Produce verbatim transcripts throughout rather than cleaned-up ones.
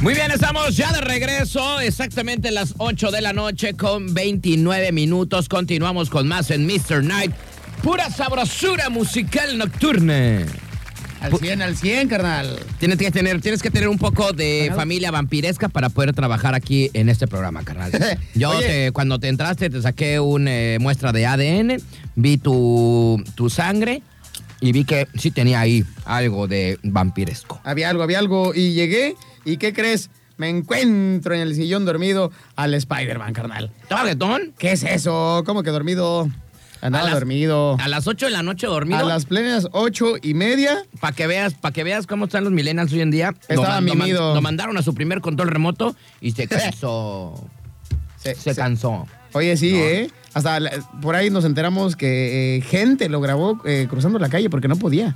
Muy bien, estamos ya de regreso, exactamente las ocho de la noche con veintinueve minutos. Continuamos con más en mister Night. Pura sabrosura musical nocturna. Al cien, al cien, carnal. Tienes que tener, tienes que tener un poco de Ajá. familia vampiresca para poder trabajar aquí en este programa, carnal. Yo te, cuando te entraste te saqué una eh, muestra de A D N, vi tu, tu sangre y vi que sí tenía ahí algo de vampiresco. Había algo, había algo. Y llegué, ¿y qué crees? Me encuentro en el sillón dormido al Spider-Man, carnal. ¿Estaba reggaetón? ¿Qué es eso? ¿Cómo que dormido? Andaba A las- dormido. A las ocho de la noche dormido. A las plenas ocho y media. Para que veas, para que veas cómo están los millennials hoy en día. Estaba lo, man- mimido. Lo, man- lo mandaron a su primer control remoto y se cansó. Se, se se- cansó. Oye, sí, No. ¿eh? Hasta la- por ahí nos enteramos que eh, gente lo grabó eh, cruzando la calle porque no podía.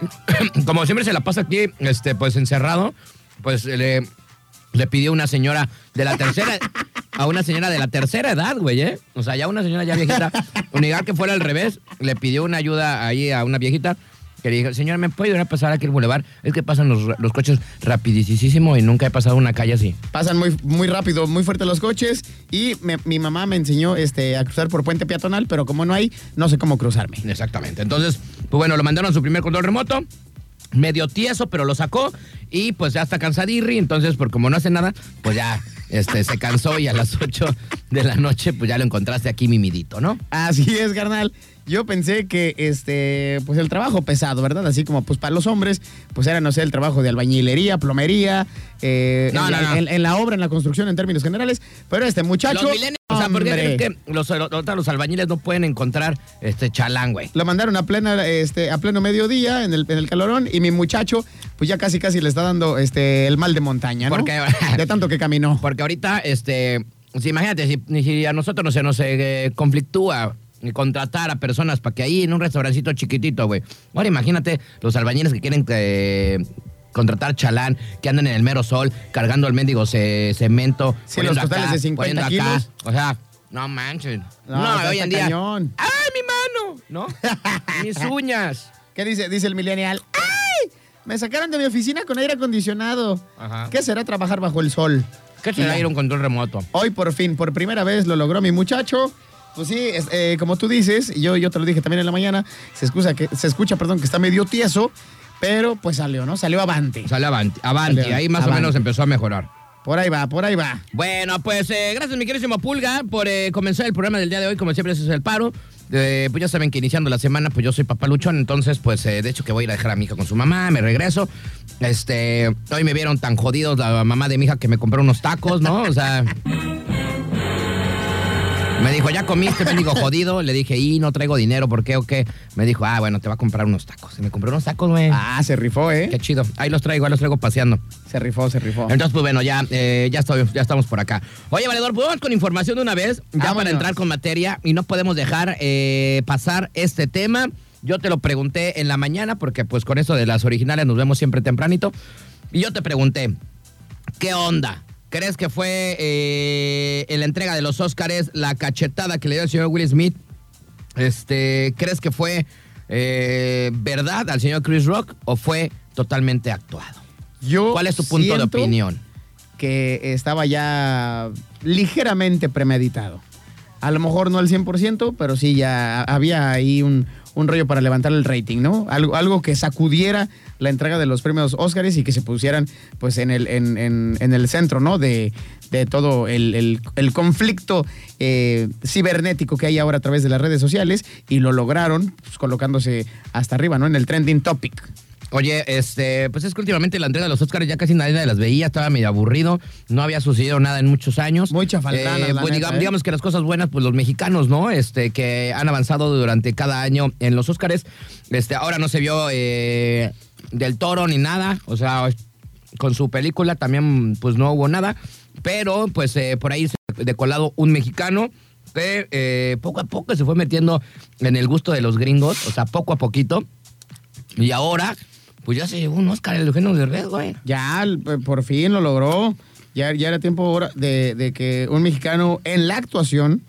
Como siempre se la pasa aquí, este, pues encerrado, pues le, le pidió una señora de la tercera, a una señora de la tercera edad, güey, ¿eh? O sea, ya una señora ya viejita, negar que fuera al revés, le pidió una ayuda ahí a una viejita, que le dijo, señora, ¿me puede ayudar a pasar aquí el bulevar? Es que pasan los, los coches rapidísimo y nunca he pasado una calle así. Pasan muy, muy rápido, muy fuerte los coches. Y me- mi mamá me enseñó este, a cruzar por puente peatonal, pero como no hay, no sé cómo cruzarme. Exactamente. Entonces, pues bueno, lo mandaron a su primer control remoto. Medio tieso, pero lo sacó. Y pues ya está cansadirri. Entonces, por como no hace nada, pues ya este, se cansó. Y a las ocho de la noche, pues ya lo encontraste aquí mimidito, ¿no? Así es, carnal. Yo pensé que este, pues el trabajo pesado, ¿verdad? Así como pues para los hombres, pues era, no sé, el trabajo de albañilería, plomería, eh, No, en, no, la, no. En, en la obra, en la construcción en términos generales. Pero este muchacho. Los millennials, o sea, ¿por qué hombre, crees que los, los, los albañiles no pueden encontrar este chalán, güey? Lo mandaron a plena, este, a pleno mediodía en el, en el calorón y mi muchacho, pues ya casi casi le está dando este el mal de montaña, ¿no? Porque- de tanto que caminó. Porque ahorita, este, si, imagínate, si, si a nosotros no se nos eh, conflictúa contratar a personas para que ahí en un restaurancito chiquitito, güey. Ahora imagínate los albañiles que quieren eh, contratar chalán, que andan en el mero sol, cargando el mendigo ce- cemento. Sí, poniendo los costales acá, de cincuenta poniendo acá. kilos. O sea, no manches. No, No, está- hoy en está día. cañón. ¡Ay, mi mano! ¿No? Mis uñas. ¿Qué dice? Dice el millennial. ¡Ay! Me sacaron de mi oficina con aire acondicionado. Ajá. ¿Qué será trabajar bajo el sol? ¿Qué será Ya. ir a un control remoto? Hoy por fin, por primera vez lo logró mi muchacho. Pues sí, es- eh, como tú dices, y yo, yo te lo dije también en la mañana, se escucha, que, se escucha perdón, que está medio tieso, pero pues salió, ¿no? Salió avante. Sale avanti, avanti. Sale Ahí más avante. o menos empezó a mejorar. Por ahí va, por ahí va. Bueno, pues eh, gracias mi querísimo Pulga por eh, comenzar el programa del día de hoy. Como siempre, ese es el paro. Eh, pues ya saben que iniciando la semana, pues yo soy papá luchón, entonces pues eh, de hecho que voy a ir a dejar a mi hija con su mamá, me regreso. Este, hoy me vieron tan jodidos la mamá de mi hija que me compró unos tacos, ¿no? O sea... Me dijo, ¿ya comiste, mendigo jodido? Le dije, y no traigo dinero, ¿por qué o qué? Me dijo, ah, bueno, te va a comprar unos tacos. Y me compró unos tacos, güey. Ah, se rifó, ¿eh? Qué chido. Ahí los traigo, ahí los traigo paseando. Se rifó, se rifó. Entonces, pues bueno, ya, eh, ya, estoy, ya estamos por acá. Oye, Valedor, pues vamos con información de una vez, ya Vámonos. para entrar con materia, y no podemos dejar eh, pasar este tema. Yo te lo pregunté en la mañana, porque pues con eso de las originales nos vemos siempre tempranito. Y yo te pregunté, ¿qué onda? ¿Crees que fue eh, en la entrega de los Óscares la cachetada que le dio el señor Will Smith? Este, ¿crees que fue eh, verdad al señor Chris Rock o fue totalmente actuado? Yo ¿Cuál es tu punto de siento opinión? Que estaba ya ligeramente premeditado. A lo mejor no al cien por ciento, pero sí ya había ahí un, un rollo para levantar el rating, ¿no? Algo, algo que sacudiera la entrega de los premios Óscares y que se pusieran pues en el, en, en, en el centro, ¿no? De, de todo el, el, el conflicto eh, cibernético que hay ahora a través de las redes sociales, y lo lograron pues, colocándose hasta arriba, ¿no? En el trending topic. Oye, este, pues es que últimamente la entrega de los Óscares ya casi nadie las veía, estaba medio aburrido, no había sucedido nada en muchos años. Muy chafaltana, Eh, la pues, neta, digamos, ¿eh? digamos que las cosas buenas, pues los mexicanos, ¿no? Este, que han avanzado durante cada año en los Óscares. Este, ahora no se vio eh, Del Toro ni nada, o sea, con su película también, pues no hubo nada, pero pues eh, por ahí se decolado un mexicano que eh, poco a poco se fue metiendo en el gusto de los gringos, o sea, poco a poquito, y ahora... Pues ya se llevó un Óscar el Eugenio Derbez, güey. Ya, el- por fin lo logró. Ya, ya era tiempo ahora de, de que un mexicano en la actuación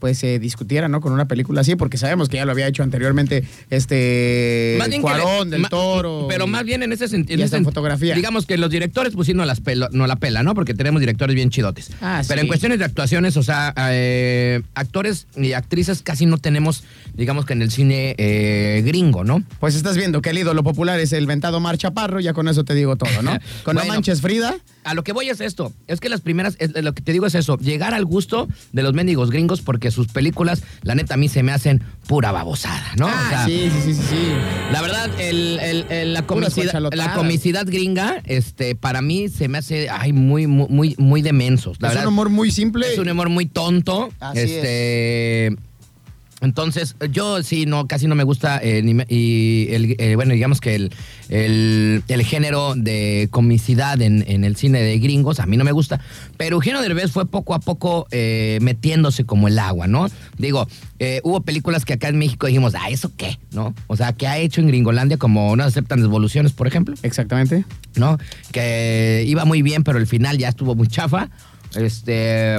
pues se discutiera, ¿no? Con una película así, porque sabemos que ya lo había hecho anteriormente este Más bien que Cuarón, le- del ma- Toro. Pero y- más bien en ese sentido. y hasta en fotografía. Digamos que los directores, pues sí, no, las pelo- no la pela, ¿no? Porque tenemos directores bien chidotes. Ah, pero sí. en cuestiones de actuaciones, o sea, eh, actores y actrices casi no tenemos, digamos que en el cine eh, gringo, ¿no? Pues estás viendo que el ídolo popular es el ventado Mar Chaparro, ya con eso te digo todo, ¿no? Con Bueno. No Manches Frida. A lo que voy es esto, es que las primeras, es- lo que te digo es eso, llegar al gusto de los mendigos gringos porque sus películas, la neta, a mí se me hacen pura babosada, ¿no? Ah, O sea, sí, sí, sí, sí, sí. La verdad, el, el- el- la, Puras comicidad, guachalotadas. la comicidad gringa, este, para mí se me hace ay, muy, muy, muy, muy de mensos. La es verdad, un humor muy simple. es un humor muy tonto. Así este. Entonces, yo sí, no, casi no me gusta, eh, ni me- y el, eh, bueno, digamos que el, el, el género de comicidad en, en el cine de gringos, a mí no me gusta, pero Eugenio Derbez fue poco a poco eh, metiéndose como el agua, ¿no? Digo, eh, hubo películas que acá en México dijimos, ah, ¿eso qué? ¿No? O sea, ¿qué ha hecho en Gringolandia como No aceptan devoluciones, por ejemplo? Exactamente. ¿No? Que iba muy bien, pero el final ya estuvo muy chafa. Este...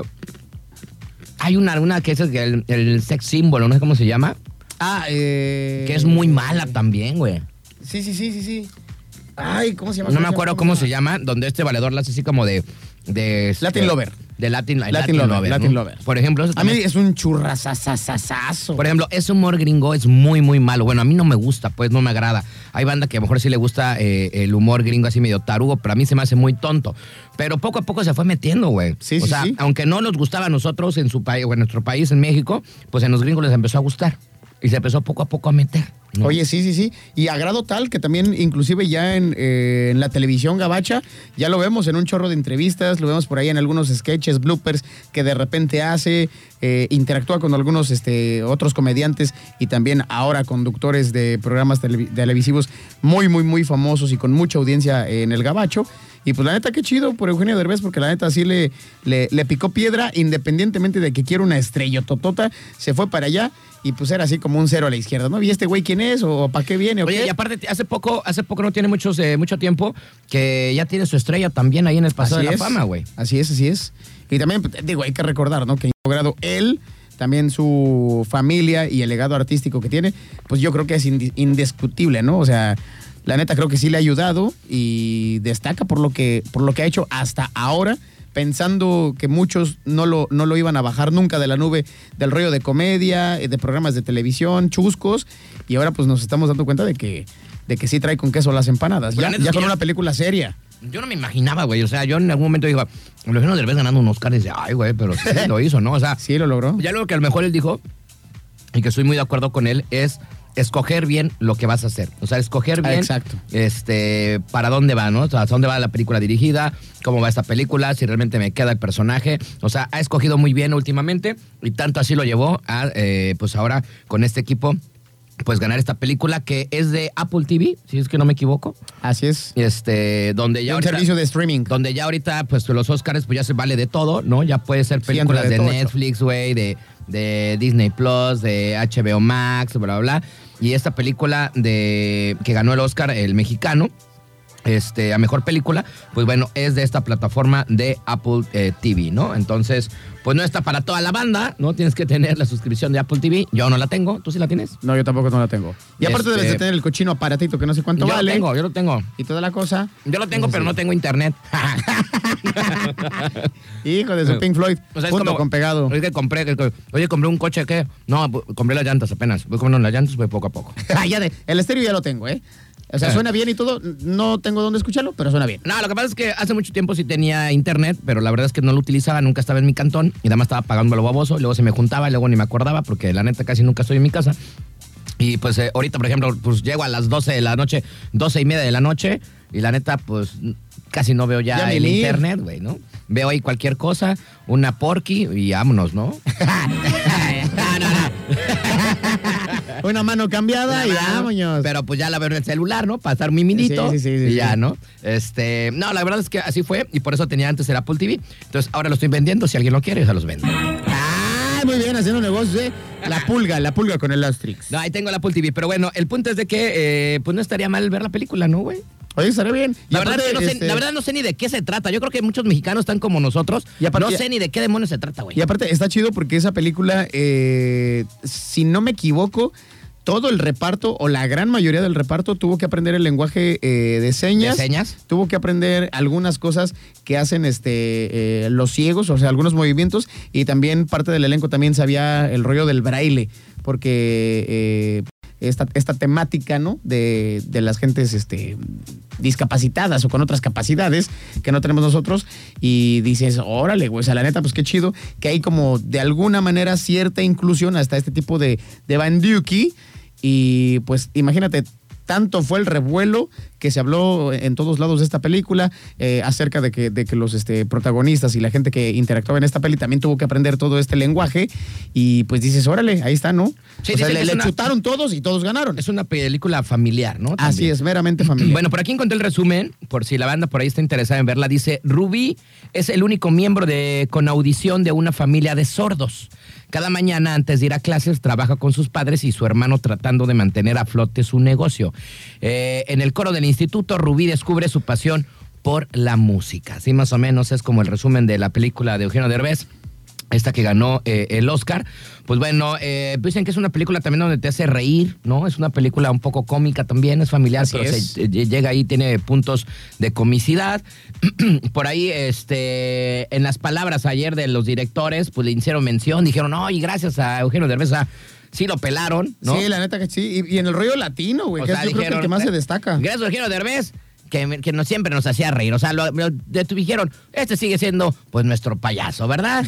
Hay una, una que es el, el sex símbolo, no sé cómo se llama, Ah, eh... que es muy mala también, güey. Sí, sí, sí, sí, sí. Ay, ¿cómo se llama? No me acuerdo cómo se llama, donde este valedor la hace así como de... de este, Latin Lover. De Latin, Latin Latin Lover, Lover. Latin ¿no? Lover. Por ejemplo, eso A mí también- es un churrasasasasazo. Por ejemplo, ese humor gringo es muy, muy malo. Bueno, a mí no me gusta, pues no me agrada. Hay banda que a lo mejor sí le gusta eh, el humor gringo así medio tarugo, pero a mí se me hace muy tonto. Pero poco a poco se fue metiendo, güey. Sí, o sí, sea, sí. aunque no nos gustaba a nosotros en su país o en nuestro país, en México, pues en los gringos les empezó a gustar. Y se empezó poco a poco a meter. ¿no? Oye, sí, sí, sí. Y a grado tal que también, inclusive ya en, eh, en la televisión gabacha, ya lo vemos en un chorro de entrevistas, lo vemos por ahí en algunos sketches, bloopers que de repente hace, eh, interactúa con algunos este, otros comediantes y también ahora conductores de programas televi- televisivos muy, muy, muy famosos y con mucha audiencia en el gabacho. Y pues la neta, qué chido por Eugenio Derbez, porque la neta sí le, le, le picó piedra, independientemente de que quiera una estrella totota, se fue para allá y pues era así como un cero a la izquierda, ¿no? ¿Y este güey quién es? ¿O para qué viene? ¿O Oye, qué? y aparte, hace poco, hace poco no tiene muchos, eh, mucho tiempo, que ya tiene su estrella también ahí en el Paseo Así de la es. Fama, güey. Así es, así es. Y también, pues, digo, hay que recordar, ¿no? Que ha logrado él, también su familia y el legado artístico que tiene, pues yo creo que es indi- indiscutible, ¿no? O sea, la neta creo que sí le ha ayudado y destaca por lo que, por lo que ha hecho hasta ahora, pensando que muchos no lo, no lo iban a bajar nunca de la nube del rollo de comedia, eh, de programas de televisión, chuscos, y ahora pues nos estamos dando cuenta de que, de que sí trae con queso las empanadas, Pues la ya, neta ya es que con ya- una película seria. Yo no me imaginaba, güey. O sea, yo en algún momento digo, lo Eugenio Derbez ganando un Oscar y dice, ay, güey, pero sí lo hizo, ¿no? O sea, Sí lo logró. ya lo que a lo mejor él dijo, y que estoy muy de acuerdo con él, es escoger bien lo que vas a hacer. O sea, escoger Ah, bien exacto. este para dónde va, ¿no? O sea, hacia dónde va la película dirigida, cómo va esta película, si realmente me queda el personaje. O sea, ha escogido muy bien últimamente y tanto así lo llevó a, eh, pues ahora con este equipo, pues ganar esta película que es de Apple T V, si es que no me equivoco. Así es. Este, donde ya un ahorita- servicio de streaming. donde ya ahorita, pues los Oscars, pues ya se vale de todo, ¿no? Ya puede ser Sí, películas entre de de todo, Netflix, güey, de, de Disney Plus, de H B O Max, bla, bla, bla. Y esta película de que ganó el Oscar, el mexicano, este, a mejor película, pues bueno, es de esta plataforma de Apple eh, T V, ¿no? Entonces, pues no está para toda la banda, ¿no? Tienes que tener la suscripción de Apple T V. Yo no la tengo, ¿tú sí la tienes? No, yo tampoco no la tengo. Y aparte Este- debes de tener el cochino aparatito que no sé cuánto Yo vale. lo tengo, yo lo tengo. Y toda la cosa. Yo lo tengo, Entonces, pero no tengo internet. Hijo de su Pink Floyd. O sea, es junto como- con pegado. Oye, que compré, que- que- oye, compré un coche, ¿qué? No, pu- compré las llantas apenas. Voy comprando las llantas, voy poco a poco. Ah, ya de- el estéreo ya lo tengo, ¿eh? O sea, Eh. suena bien y todo. No tengo dónde escucharlo, pero suena bien. No, lo que pasa es que hace mucho tiempo sí tenía internet, pero la verdad es que no lo utilizaba, nunca estaba en mi cantón y nada más estaba pagando lo baboso, y luego se me juntaba y luego ni me acordaba porque la neta casi nunca estoy en mi casa. Y pues eh, ahorita, por ejemplo, pues llego a las doce de la noche, doce y media de la noche, y la neta, pues casi no veo ya, Ya ni el ir. internet, güey, ¿no? Veo ahí cualquier cosa, una porky y vámonos, ¿no? No, no, no. Una mano cambiada y Nada más, vámonos. Pero pues ya la veo en el celular, ¿no? Pasar mi minito. Sí, sí, sí, sí, y ya, sí. ¿no? Este, no, la verdad es que así fue y por eso tenía antes el Apple T V. Entonces ahora lo estoy vendiendo. Si alguien lo quiere, se los vendo. Ay, muy bien, haciendo negocios, ¿eh? La pulga, la pulga con el Astrix. No, ahí tengo el Apple T V. Pero bueno, el punto es de que, eh, pues no estaría mal ver la película, ¿no, güey? Oye, estaría bien. La, aparte, verdad, no sé, este... la verdad no sé ni de qué se trata. Yo creo que muchos mexicanos están como nosotros. Y aparte, no sé ni de qué demonios se trata, güey. Y aparte, está chido porque esa película, eh, si no me equivoco, todo el reparto o la gran mayoría del reparto tuvo que aprender el lenguaje eh, de señas. ¿De señas? Tuvo que aprender algunas cosas que hacen este eh, los ciegos, o sea, algunos movimientos. Y también parte del elenco también sabía el rollo del braille, porque eh, esta, esta temática, ¿no? De, de las gentes este, discapacitadas o con otras capacidades que no tenemos nosotros. Y dices, órale, güey, o sea, la neta, pues qué chido que hay como de alguna manera cierta inclusión hasta este tipo de, de banduki. Y pues imagínate, tanto fue el revuelo que se habló en todos lados de esta película eh, acerca de que, de que los este, protagonistas y la gente que interactuaba en esta peli también tuvo que aprender todo este lenguaje. Y pues dices, órale, ahí está, ¿no? Sí, o sea, le, le una, chutaron todos y todos ganaron. Es una película familiar, ¿no? También. Así es, meramente familiar. Bueno, por aquí encontré el resumen, por si la banda por ahí está interesada en verla. Dice, Rubí es el único miembro de, con audición de una familia de sordos. Cada mañana antes de ir a clases trabaja con sus padres y su hermano tratando de mantener a flote su negocio. Eh, en el coro del instituto, Rubí descubre su pasión por la música. Así más o menos es como el resumen de la película de Eugenio Derbez, esta que ganó eh, el Oscar. Pues bueno, eh, dicen que es una película también donde te hace reír, ¿no? Es una película un poco cómica también, es familiar, Así pero es. Se, llega ahí, tiene puntos de comicidad. Por ahí, este, en las palabras ayer de los directores, pues le hicieron mención, dijeron, no, y gracias a Eugenio Derbez, sí lo pelaron, ¿no? Sí, la neta que sí. Y, y en el rollo latino, güey, O que sea, es yo creo que el que más se destaca. Gracias a Eugenio Derbez, que, que no, siempre nos hacía reír. O sea, lo, lo, dijeron, este sigue siendo, pues, nuestro payaso, ¿verdad?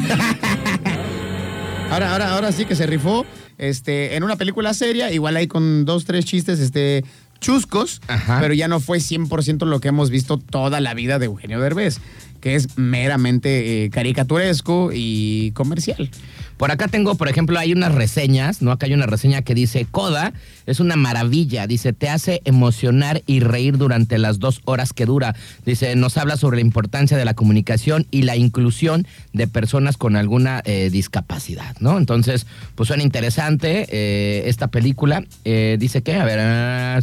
Ahora, ahora, ahora sí que se rifó este, en una película seria, igual ahí con dos, tres chistes este, chuscos, Ajá. Pero ya no fue cien por ciento lo que hemos visto toda la vida de Eugenio Derbez, que es meramente eh, caricaturesco y comercial. Por acá tengo, por ejemplo, hay unas reseñas, ¿no? Acá hay una reseña que dice, Coda es una maravilla, dice, te hace emocionar y reír durante las dos horas que dura. Dice, nos habla sobre la importancia de la comunicación y la inclusión de personas con alguna eh, discapacidad, ¿no? Entonces, pues suena interesante eh, esta película. Eh, dice que, a ver... Uh,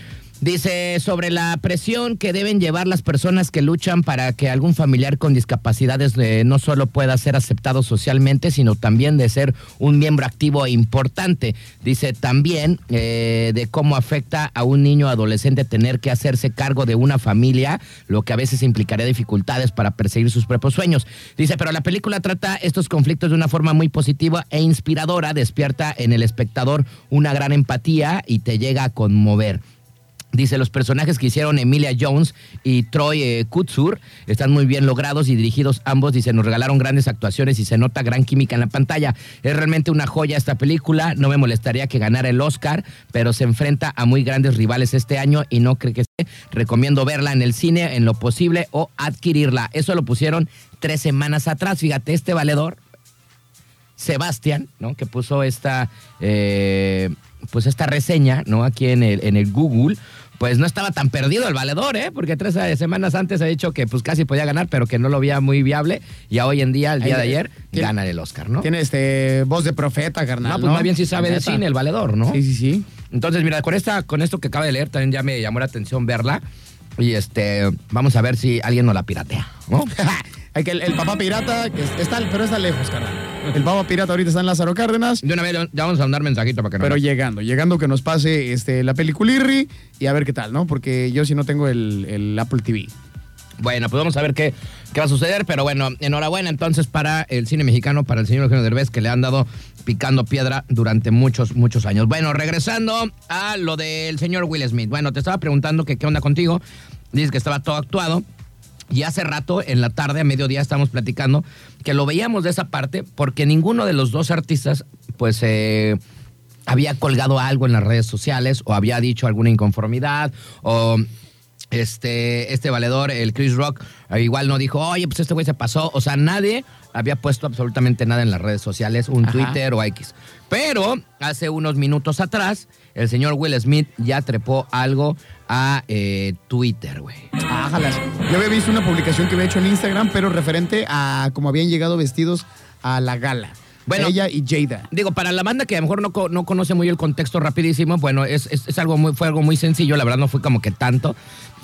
Dice sobre la presión que deben llevar las personas que luchan para que algún familiar con discapacidades eh, no solo pueda ser aceptado socialmente, sino también de ser un miembro activo e importante. Dice también eh, de cómo afecta a un niño o adolescente tener que hacerse cargo de una familia, lo que a veces implicaría dificultades para perseguir sus propios sueños. Dice, pero la película trata estos conflictos de una forma muy positiva e inspiradora, despierta en el espectador una gran empatía y te llega a conmover. Dice, los personajes que hicieron Emilia Jones y Troy eh, Kotsur están muy bien logrados y dirigidos ambos. Dice, nos regalaron grandes actuaciones y se nota gran química en la pantalla. Es realmente una joya esta película. No me molestaría que ganara el Oscar, pero se enfrenta a muy grandes rivales este año y no creo que esté. Recomiendo verla en el cine en lo posible o adquirirla. Eso lo pusieron tres semanas atrás. Fíjate, este valedor, Sebastián, ¿no? Que puso esta, eh, pues esta reseña, ¿no? Aquí en el, en el Google. Pues no estaba tan perdido el valedor, ¿eh? Porque tres semanas antes ha dicho que pues casi podía ganar, pero que no lo veía muy viable. Y hoy en día, el día Ahí, de ayer, tiene, gana el Oscar, ¿no? Tiene este voz de profeta, carnal, No, pues ¿no? Más bien sí sabe de cine el valedor, ¿no? Sí, sí, sí. Entonces, mira, con esta, con esto que acaba de leer, también ya me llamó la atención verla. Y este, vamos a ver si alguien nos la piratea, ¿no? Hay que el, el papá pirata, que está, pero está lejos, carnal. El papá pirata ahorita está en Lázaro Cárdenas. De una vez ya vamos a mandar mensajito para que no. Pero llegando, llegando que nos pase este, la peliculirri y a ver qué tal, ¿no? Porque yo sí no tengo el, el Apple T V. Bueno, pues vamos a ver qué, qué va a suceder, pero bueno, enhorabuena entonces para el cine mexicano, para el señor Eugenio Derbez, que le han dado picando piedra durante muchos, muchos años. Bueno, regresando a lo del señor Will Smith. Bueno, te estaba preguntando que qué onda contigo. Dices que estaba todo actuado. Y hace rato, en la tarde, a mediodía, estábamos platicando que lo veíamos de esa parte porque ninguno de los dos artistas, pues, eh, había colgado algo en las redes sociales o había dicho alguna inconformidad o... Este, este valedor, el Chris Rock, igual no dijo, oye, pues este güey se pasó. O sea, nadie había puesto absolutamente nada en las redes sociales, un Ajá. Twitter o X. Pero hace unos minutos atrás, el señor Will Smith ya trepó algo a eh, Twitter, güey. Ájalas. Yo había visto una publicación que había hecho en Instagram, pero referente a cómo habían llegado vestidos a la gala. Bueno, ella y Jada. Digo, para la banda que a lo mejor no, co- no conoce muy el contexto rapidísimo, bueno, es, es, es algo muy, fue algo muy sencillo, la verdad no fue como que tanto.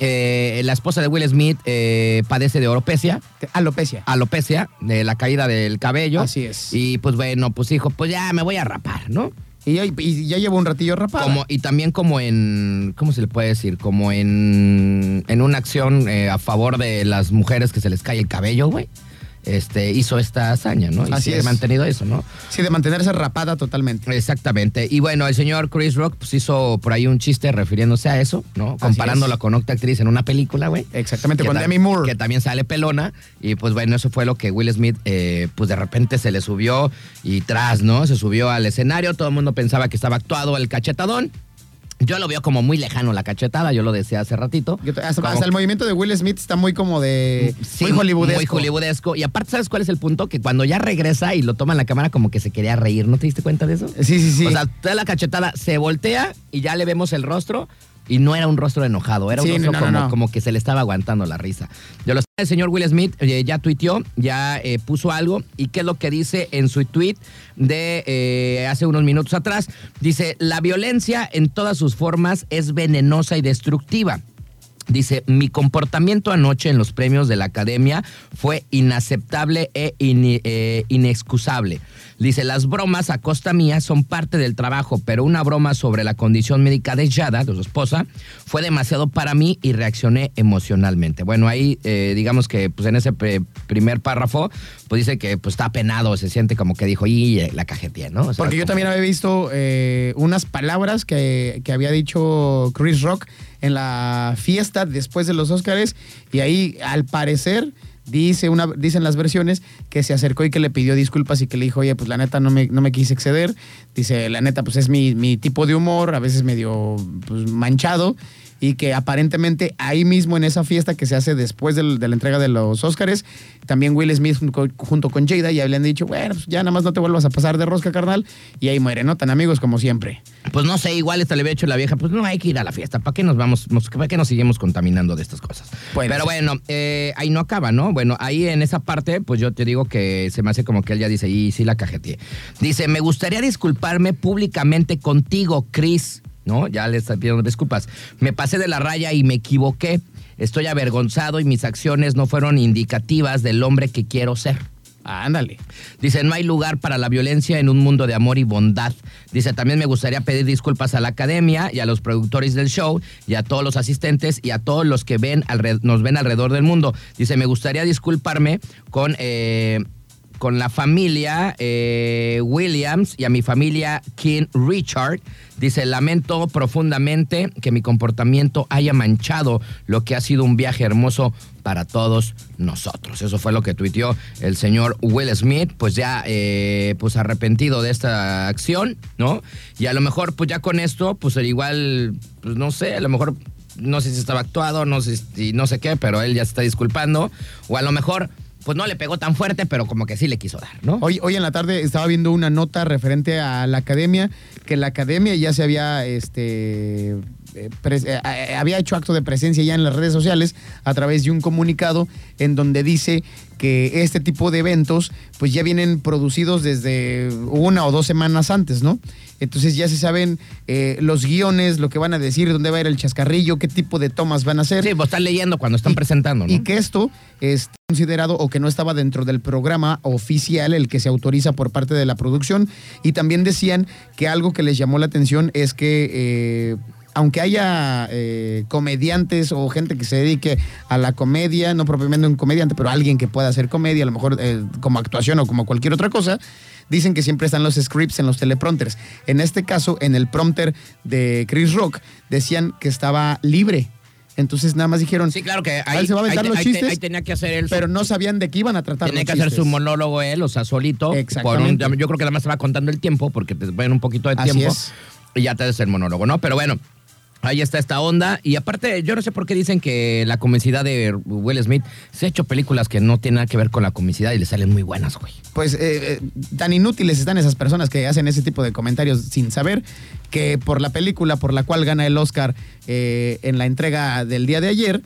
Eh, la esposa de Will Smith eh, padece de alopecia. Alopecia. Alopecia, de la caída del cabello. Así es. Y pues bueno, pues dijo, pues ya me voy a rapar, ¿no? Y ya, y ya llevo un ratillo rapada. Como, y también como en, ¿cómo se le puede decir? Como en, en una acción eh, a favor de las mujeres que se les cae el cabello, güey. Este, hizo esta hazaña, ¿no? Y Así sí ha es. mantenido eso, ¿no? Sí, de mantenerse rapada totalmente. Exactamente. Y bueno, el señor Chris Rock pues, hizo por ahí un chiste refiriéndose a eso, ¿no? Comparándola con otra actriz en una película, güey. Exactamente, Que con ta- Demi Moore. Que también sale pelona. Y pues bueno, eso fue lo que Will Smith, eh, pues de repente se le subió y tras, ¿no? Se subió al escenario. Todo el mundo pensaba que estaba actuado el cachetadón. Yo lo veo como muy lejano la cachetada, yo lo decía hace ratito. Yo te- hasta, Como hasta el movimiento de Will Smith está muy como de... Sí, muy hollywoodesco. Muy hollywoodesco. Y aparte, ¿sabes cuál es el punto? Que cuando ya regresa y lo toma en la cámara, como que se quería reír. ¿No te diste cuenta de eso? Sí, sí, sí. O sea, toda la cachetada se voltea y ya le vemos el rostro. Y no era un rostro enojado, era un Sí, rostro no, no, como, no. como que se le estaba aguantando la risa. Yo lo sé, el señor Will Smith eh, ya tuiteó, ya eh, puso algo. ¿Y qué es lo que dice en su tweet de eh, hace unos minutos atrás? Dice, la violencia en todas sus formas es venenosa y destructiva. Dice, mi comportamiento anoche en los premios de la Academia fue inaceptable e in- eh, inexcusable. Dice, las bromas a costa mía son parte del trabajo, pero una broma sobre la condición médica de Jada, de su esposa, fue demasiado para mí y reaccioné emocionalmente. Bueno, ahí eh, digamos que pues en ese pre- primer párrafo, pues dice que pues está apenado, se siente como que dijo, y la cajeteé, ¿no? O sea, Porque yo como- también había visto eh, unas palabras que, que había dicho Chris Rock en la fiesta después de los Óscares y ahí al parecer dice una, dicen las versiones que se acercó y que le pidió disculpas y que le dijo, oye, pues la neta no me, no me quise exceder. Dice, la neta pues es mi, mi tipo de humor, a veces medio pues, manchado. Y que aparentemente ahí mismo en esa fiesta que se hace después del- de la entrega de los Óscares, también Will Smith junto, junto con Jada ya le han dicho, bueno, pues ya nada más no te vuelvas a pasar de rosca, carnal. Y ahí mueren, ¿no? Tan amigos como siempre. Pues no sé, igual esta le había hecho la vieja, pues no hay que ir a la fiesta, ¿para qué nos vamos, nos- para qué nos seguimos contaminando de estas cosas? Puede Pero ser. bueno, eh, ahí no acaba, ¿no? Bueno, ahí en esa parte, pues yo te digo que se me hace como que él ya dice, y sí la cajeteé. Dice, me gustaría disculparme públicamente contigo, Chris, ¿no? Ya le está pidiendo disculpas. Me pasé de la raya y me equivoqué. Estoy avergonzado y mis acciones no fueron indicativas del hombre que quiero ser. Ándale. Dice, no hay lugar para la violencia en un mundo de amor y bondad. Dice, también me gustaría pedir disculpas a la academia y a los productores del show y a todos los asistentes y a todos los que ven alred- nos ven alrededor del mundo. Dice, me gustaría disculparme con... eh, con la familia eh, Williams y a mi familia King Richard. Dice, lamento profundamente que mi comportamiento haya manchado lo que ha sido un viaje hermoso para todos nosotros. Eso fue lo que tuiteó el señor Will Smith, pues ya pues pues arrepentido de esta acción, ¿no? Y a lo mejor pues ya con esto, pues igual, pues no sé, a lo mejor no sé si estaba actuado, no sé si no sé qué, pero él ya se está disculpando. O a lo mejor pues no le pegó tan fuerte, pero como que sí le quiso dar, ¿no? Hoy, hoy en la tarde estaba viendo una nota referente a la academia, que la academia ya se había, este, eh, pres- eh, eh, había hecho acto de presencia ya en las redes sociales a través de un comunicado en donde dice que este tipo de eventos pues ya vienen producidos desde una o dos semanas antes, ¿no? Entonces ya se saben eh, los guiones, lo que van a decir, dónde va a ir el chascarrillo, qué tipo de tomas van a hacer. Sí, pues están leyendo cuando están Y- presentando, ¿no? Y que esto es considerado o que no estaba dentro del programa oficial, el que se autoriza por parte de la producción. Y también decían que algo que les llamó la atención es que eh, aunque haya eh, comediantes o gente que se dedique a la comedia, no propiamente un comediante, pero alguien que pueda hacer comedia, a lo mejor eh, como actuación o como cualquier otra cosa, dicen que siempre están los scripts en los teleprompters. En este caso, en el prompter de Chris Rock, decían que estaba libre. Entonces nada más dijeron, Sí, claro que "Ah, ahí, él se va a aventar ahí te- los ahí te- chistes", ahí tenía que hacer él su- pero no sabían de qué iban a tratar tenía los que hacer chistes. su monólogo él, o sea, solito. Exactamente. Por un- yo creo que además se va contando el tiempo, porque te ponen un poquito de Así tiempo. es. Y ya te haces el monólogo, ¿no? Pero bueno, ahí está esta onda. Y aparte, yo no sé por qué dicen que la comicidad de Will Smith se ha hecho películas que no tienen nada que ver con la comicidad y le salen muy buenas, güey. Pues eh, eh, tan inútiles están esas personas que hacen ese tipo de comentarios sin saber que por la película por la cual gana el Oscar eh, en la entrega del día de ayer,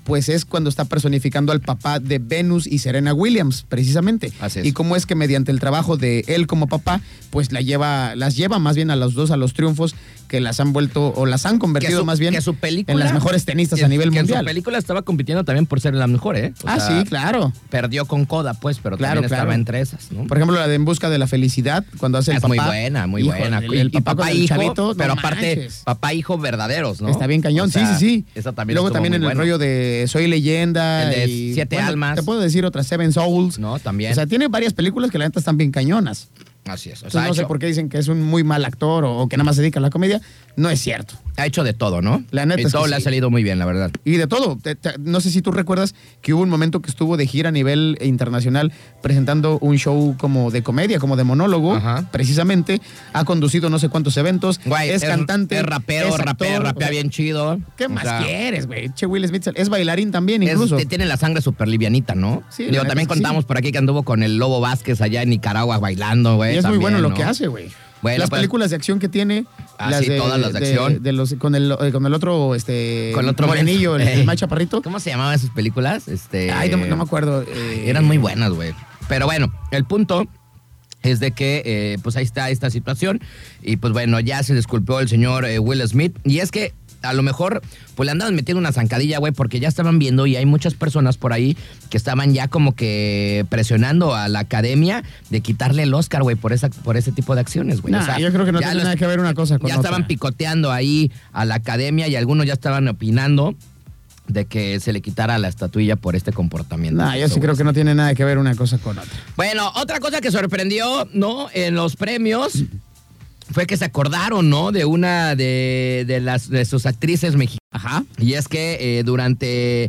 pues es cuando está personificando al papá de Venus y Serena Williams, precisamente. Así es. Y cómo es que mediante el trabajo de él como papá, pues la lleva, las lleva más bien a los dos a los triunfos que las han vuelto, o las han convertido su, más bien que su película, en las mejores tenistas que, a nivel que mundial. Su película estaba compitiendo también por ser la mejor, ¿eh? O ah, sea, sí, claro. Perdió con Coda, pues, pero Claro, también claro. estaba entre esas, ¿no? Por ejemplo, la de En busca de la felicidad, cuando hace el es papá. muy buena, muy Hijo, buena. El, el y papá, papá con el hijo, chavito, pero no aparte, manches. papá hijo verdaderos, ¿no? Está bien cañón, O sea, sí, sí, sí. Esa también Luego estuvo también muy en el bueno. rollo de Soy Leyenda. El de y, Siete bueno, Almas. Te puedo decir otras, Seven Souls. No, también. O sea, tiene varias películas que la neta están bien cañonas. Así es. O Entonces, sea, ha, no sé hecho, por qué dicen que es un muy mal actor o, o que nada más se dedica a la comedia. No es cierto. ha hecho de todo, ¿no? La neta y es todo que le ha sí. salido muy bien, la verdad. Y de todo. Te- te- no sé si tú recuerdas que hubo un momento que estuvo de gira a nivel internacional presentando un show como de comedia, como de monólogo, Ajá. precisamente. Ha conducido no sé cuántos eventos. Güey, es, cantante. Es rapero, es actor, rapea, rapea o sea, bien chido. ¿Qué O más sea, quieres, güey? Che, Will Smith es bailarín también, es- incluso. te- tiene la sangre súper livianita, ¿no? Sí, Digo, la también neta es que contamos sí. por aquí que anduvo con el Lobo Vázquez allá en Nicaragua bailando, güey. Y es muy también, bueno lo ¿no? que hace, güey. Bueno, las pues- películas de acción que tiene. Ah, las sí, todas las de acción. de los, con, el, eh, con el otro, este. Con el otro morenillo, el, menso. el más chaparrito. ¿Cómo se llamaban esas películas? Este... Ay, no, no me acuerdo. eh, Eran muy buenas, güey. Pero bueno, el punto es de que, eh, pues ahí está esta situación. Y pues bueno, ya se disculpó el señor eh, Will Smith. Y es que a lo mejor, pues le andaban metiendo una zancadilla, güey, porque ya estaban viendo y hay muchas personas por ahí que estaban ya como que presionando a la academia de quitarle el Oscar, güey, por esa, por ese tipo de acciones, güey. Nah, yo creo que no ya tiene los- nada que ver una cosa con Ya otra. estaban picoteando ahí a la academia y algunos ya estaban opinando de que se le quitara la estatuilla por este comportamiento. Nah, yo sí creo que no tiene nada que ver una cosa con otra. Bueno, otra cosa que sorprendió, ¿no? En los premios fue que se acordaron, ¿no? De una de, de las de sus actrices mexicanas. Ajá. Y es que eh, durante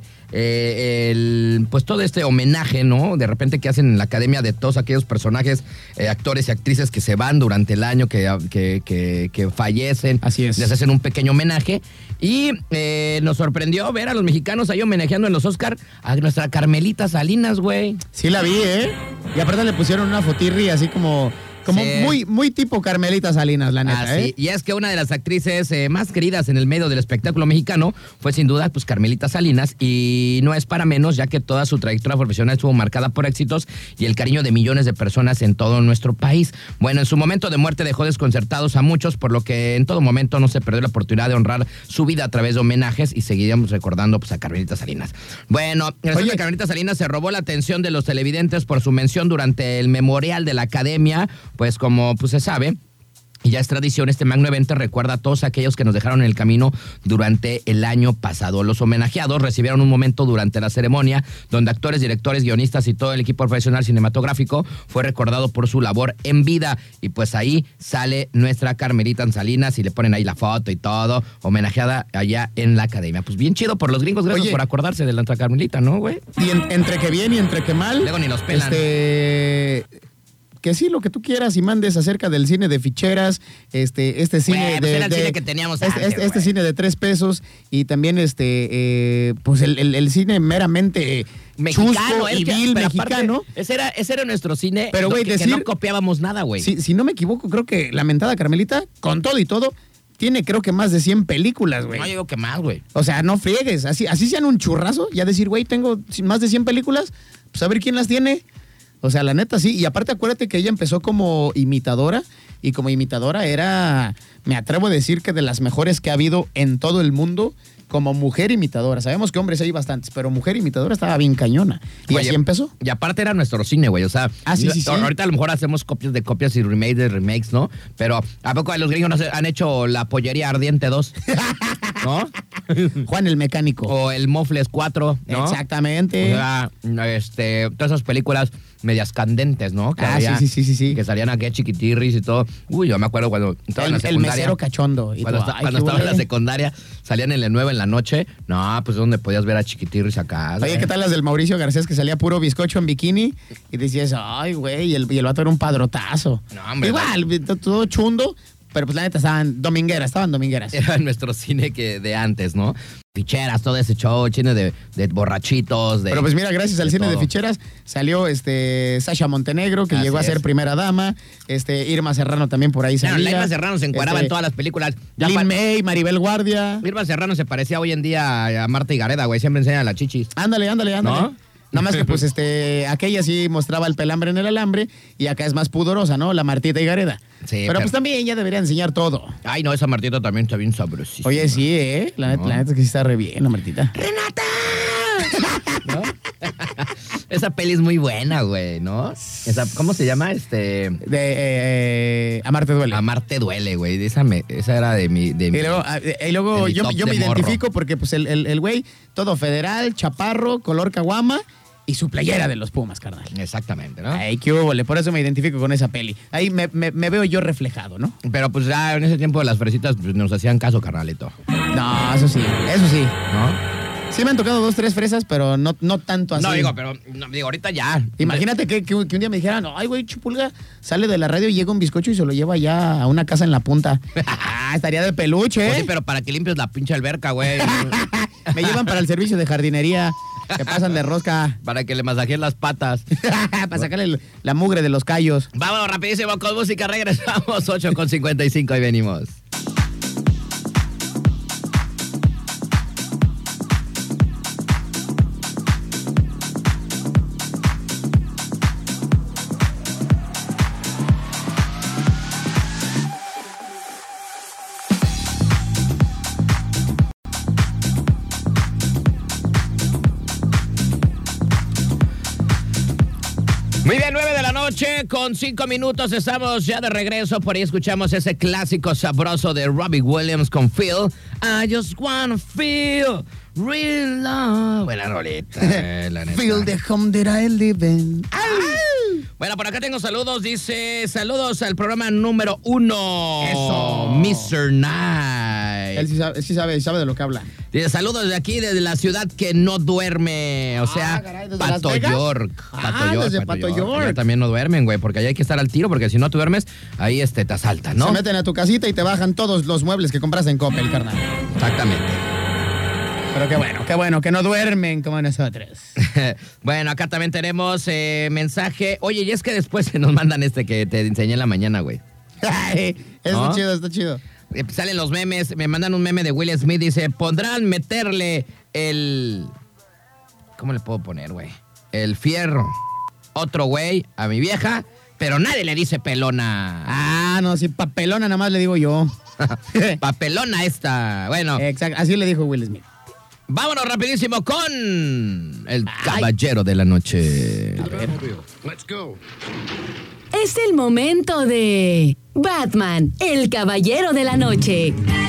eh, el, pues todo este homenaje, ¿no? De repente que hacen en la academia de todos aquellos personajes, eh, actores y actrices que se van durante el año, que, que, que, que fallecen. Así es. Les hacen un pequeño homenaje. Y eh, nos sorprendió ver a los mexicanos ahí homenajeando en los Oscar a nuestra Carmelita Salinas, güey. Sí la vi, ¿eh? Y aparte le pusieron una fotirri así como, como Sí. muy, muy tipo Carmelita Salinas, la neta, Ah, sí. ¿eh? Y es que una de las actrices eh, más queridas en el medio del espectáculo mexicano fue sin duda pues Carmelita Salinas, y no es para menos, ya que toda su trayectoria profesional estuvo marcada por éxitos y el cariño de millones de personas en todo nuestro país. Bueno, en su momento de muerte dejó desconcertados a muchos, por lo que en todo momento no se perdió la oportunidad de honrar su vida a través de homenajes, y seguiríamos recordando pues a Carmelita Salinas. Bueno, resulta Oye. que Carmelita Salinas se robó la atención de los televidentes por su mención durante el memorial de la Academia, pues como pues se sabe, y ya es tradición, este magno evento recuerda a todos aquellos que nos dejaron en el camino durante el año pasado. Los homenajeados recibieron un momento durante la ceremonia donde actores, directores, guionistas y todo el equipo profesional cinematográfico fue recordado por su labor en vida. Y pues ahí sale nuestra Carmelita Salinas y le ponen ahí la foto y todo, homenajeada allá en la academia. Pues bien chido por los gringos, gracias Oye. por acordarse de la nuestra Carmelita, ¿no, güey? Y en- entre que bien y entre que mal. Luego ni nos pelan. Este. Que sí, lo que tú quieras y mandes acerca del cine de ficheras, este, este cine Güey, de, pues era el de- cine que teníamos este, antes, este, este güey. cine de tres pesos y también este, eh, pues el, el- el cine meramente Mexicano, chusco es y que- vil pero aparte, mexicano. ese, era, ese era nuestro cine, Pero, güey, que, que decir- no copiábamos nada, güey. Si, si no me equivoco, creo que la mentada Carmelita, con todo y todo, tiene creo que más de cien películas, güey. No, yo digo que más, güey. O sea, no friegues. Así, así sean un churrazo, ya decir, güey, tengo más de cien películas, pues a ver quién las tiene. O sea, la neta, sí. Y aparte, acuérdate que ella empezó como imitadora, y como imitadora era, me atrevo a decir que de las mejores que ha habido en todo el mundo como mujer imitadora. Sabemos que hombres hay bastantes, pero mujer imitadora estaba bien cañona. Y Oye, así empezó. Y aparte era nuestro cine, güey. O sea, Ah, sí, sí, sí. ahorita a lo mejor hacemos copias de copias y remakes de remakes, ¿no? Pero ¿a poco a los gringos no se- han hecho la pollería ardiente dos? ¿No? Juan el Mecánico. O el Mofles cuatro, ¿no? Exactamente. O sea, este, todas esas películas medias candentes, ¿no? Que Ah, había- sí, sí, sí, sí, sí. Que salían aquí a chiquitirris y todo. Uy, yo me acuerdo cuando estaba en la el, el secundaria. mesero cachondo. Y Cuando, tú, esta- ay, cuando qué estaba en la huele. secundaria, salían en el nueve en la noche. No, pues donde podías ver a chiquitirris acá. Oye, güey. ¿qué tal las del Mauricio Garcés que salía puro bizcocho en bikini? Y decías, ay, güey, y el, y el vato era un padrotazo. No, hombre, Igual, todo chundo, pero pues la neta estaban domingueras, estaban domingueras. Era nuestro cine que de antes, ¿no? Ficheras, todo ese show, cine de, de borrachitos. De, pero pues mira, gracias al de cine todo. de ficheras salió este Sasha Montenegro, que Así llegó a ser es. primera dama. Este Irma Serrano también por ahí Claro, salía. la Irma Serrano se encuadraba Este, en todas las películas. Ya Lin pa- May, Maribel Guardia. Irma Serrano se parecía hoy en día a Marta Higareda, güey. Siempre enseña las chichis. Ándale, ándale, ándale. ¿No? Nada más que pues este, aquella sí mostraba el pelambre en el alambre y acá es más pudorosa, ¿no? La Martita Higareda. Sí, pero, pero- pues también ya debería enseñar todo. Ay, no, esa Martita también está bien sabrosísima. Oye, sí, ¿eh? La neta, No. la neta es que sí está re bien la Martita. ¡Renata! ¿No? Esa peli es muy buena, güey, ¿no? Esa, ¿cómo se llama? Este... De eh, Amarte duele. Amarte duele, güey. Esa, me- esa era de mi... De mi Y luego, ah, y luego de mi yo, top yo de me morro. identifico porque pues el, el, el güey, todo federal, chaparro, color caguama y su playera de los Pumas, carnal. Exactamente, ¿no? Ay, qué húbole, por eso me identifico con esa peli. Ahí me, me, me veo yo reflejado, ¿no? Pero pues ya en ese tiempo las fresitas pues, nos hacían caso, carnalito. No, eso sí, eso sí. ¿No? Sí me han tocado dos, tres fresas, pero no, no tanto así. No, digo, pero no, digo, ahorita ya. Imagínate que, que, que un día me dijeran, ay, güey, Chupulga sale de la radio y llega un bizcocho y se lo lleva ya a una casa en la punta. Ah, estaría de peluche, Pues ¿eh? sí, pero para que limpies la pinche alberca, güey. Me llevan para el servicio de jardinería, que pasan de rosca, Para que le masajes las patas. para sacarle el- la mugre de los callos. Vámonos rapidísimo con música. Regresamos ocho con cincuenta y cinco y venimos. Muy bien, nueve de la noche con cinco minutos. Estamos ya de regreso. Por ahí escuchamos ese clásico sabroso de Robbie Williams con Phil. I just wanna feel real love. Buena rolita, eh, la neta. Feel the home that I live in. Bueno, por acá tengo saludos. Dice, saludos al programa número uno. Eso. mister Night. Él sí sabe, él sí sabe, sabe de lo que habla. Dice, saludos de aquí, desde la ciudad que no duerme. O sea, Ah, caray, ¿desde Pato Las Vegas? York. Ah, Pato York, desde Pato York. Allá también no duermen, güey, porque allá hay que estar al tiro, porque si no te duermes, ahí este, te asaltan, ¿no? Se meten a tu casita y te bajan todos los muebles que compraste en Coppel, carnal. Exactamente. Pero qué bueno, qué bueno, que no duermen como nosotros. Bueno, acá también tenemos eh, mensaje. Oye, y es que después se nos mandan este que te enseñé en la mañana, güey. Ay, está ¿No? chido, está chido. Eh, Salen los memes, me mandan un meme de Will Smith, dice, pondrán meterle el... ¿Cómo le puedo poner, güey? El fierro. Otro güey a mi vieja, pero nadie le dice pelona. Ah, no, sí, papelona nada más le digo yo. Papelona esta. Bueno, Exacto, así le dijo Will Smith. vámonos rapidísimo con el caballero de la noche. Es el momento de Batman, el caballero de la noche.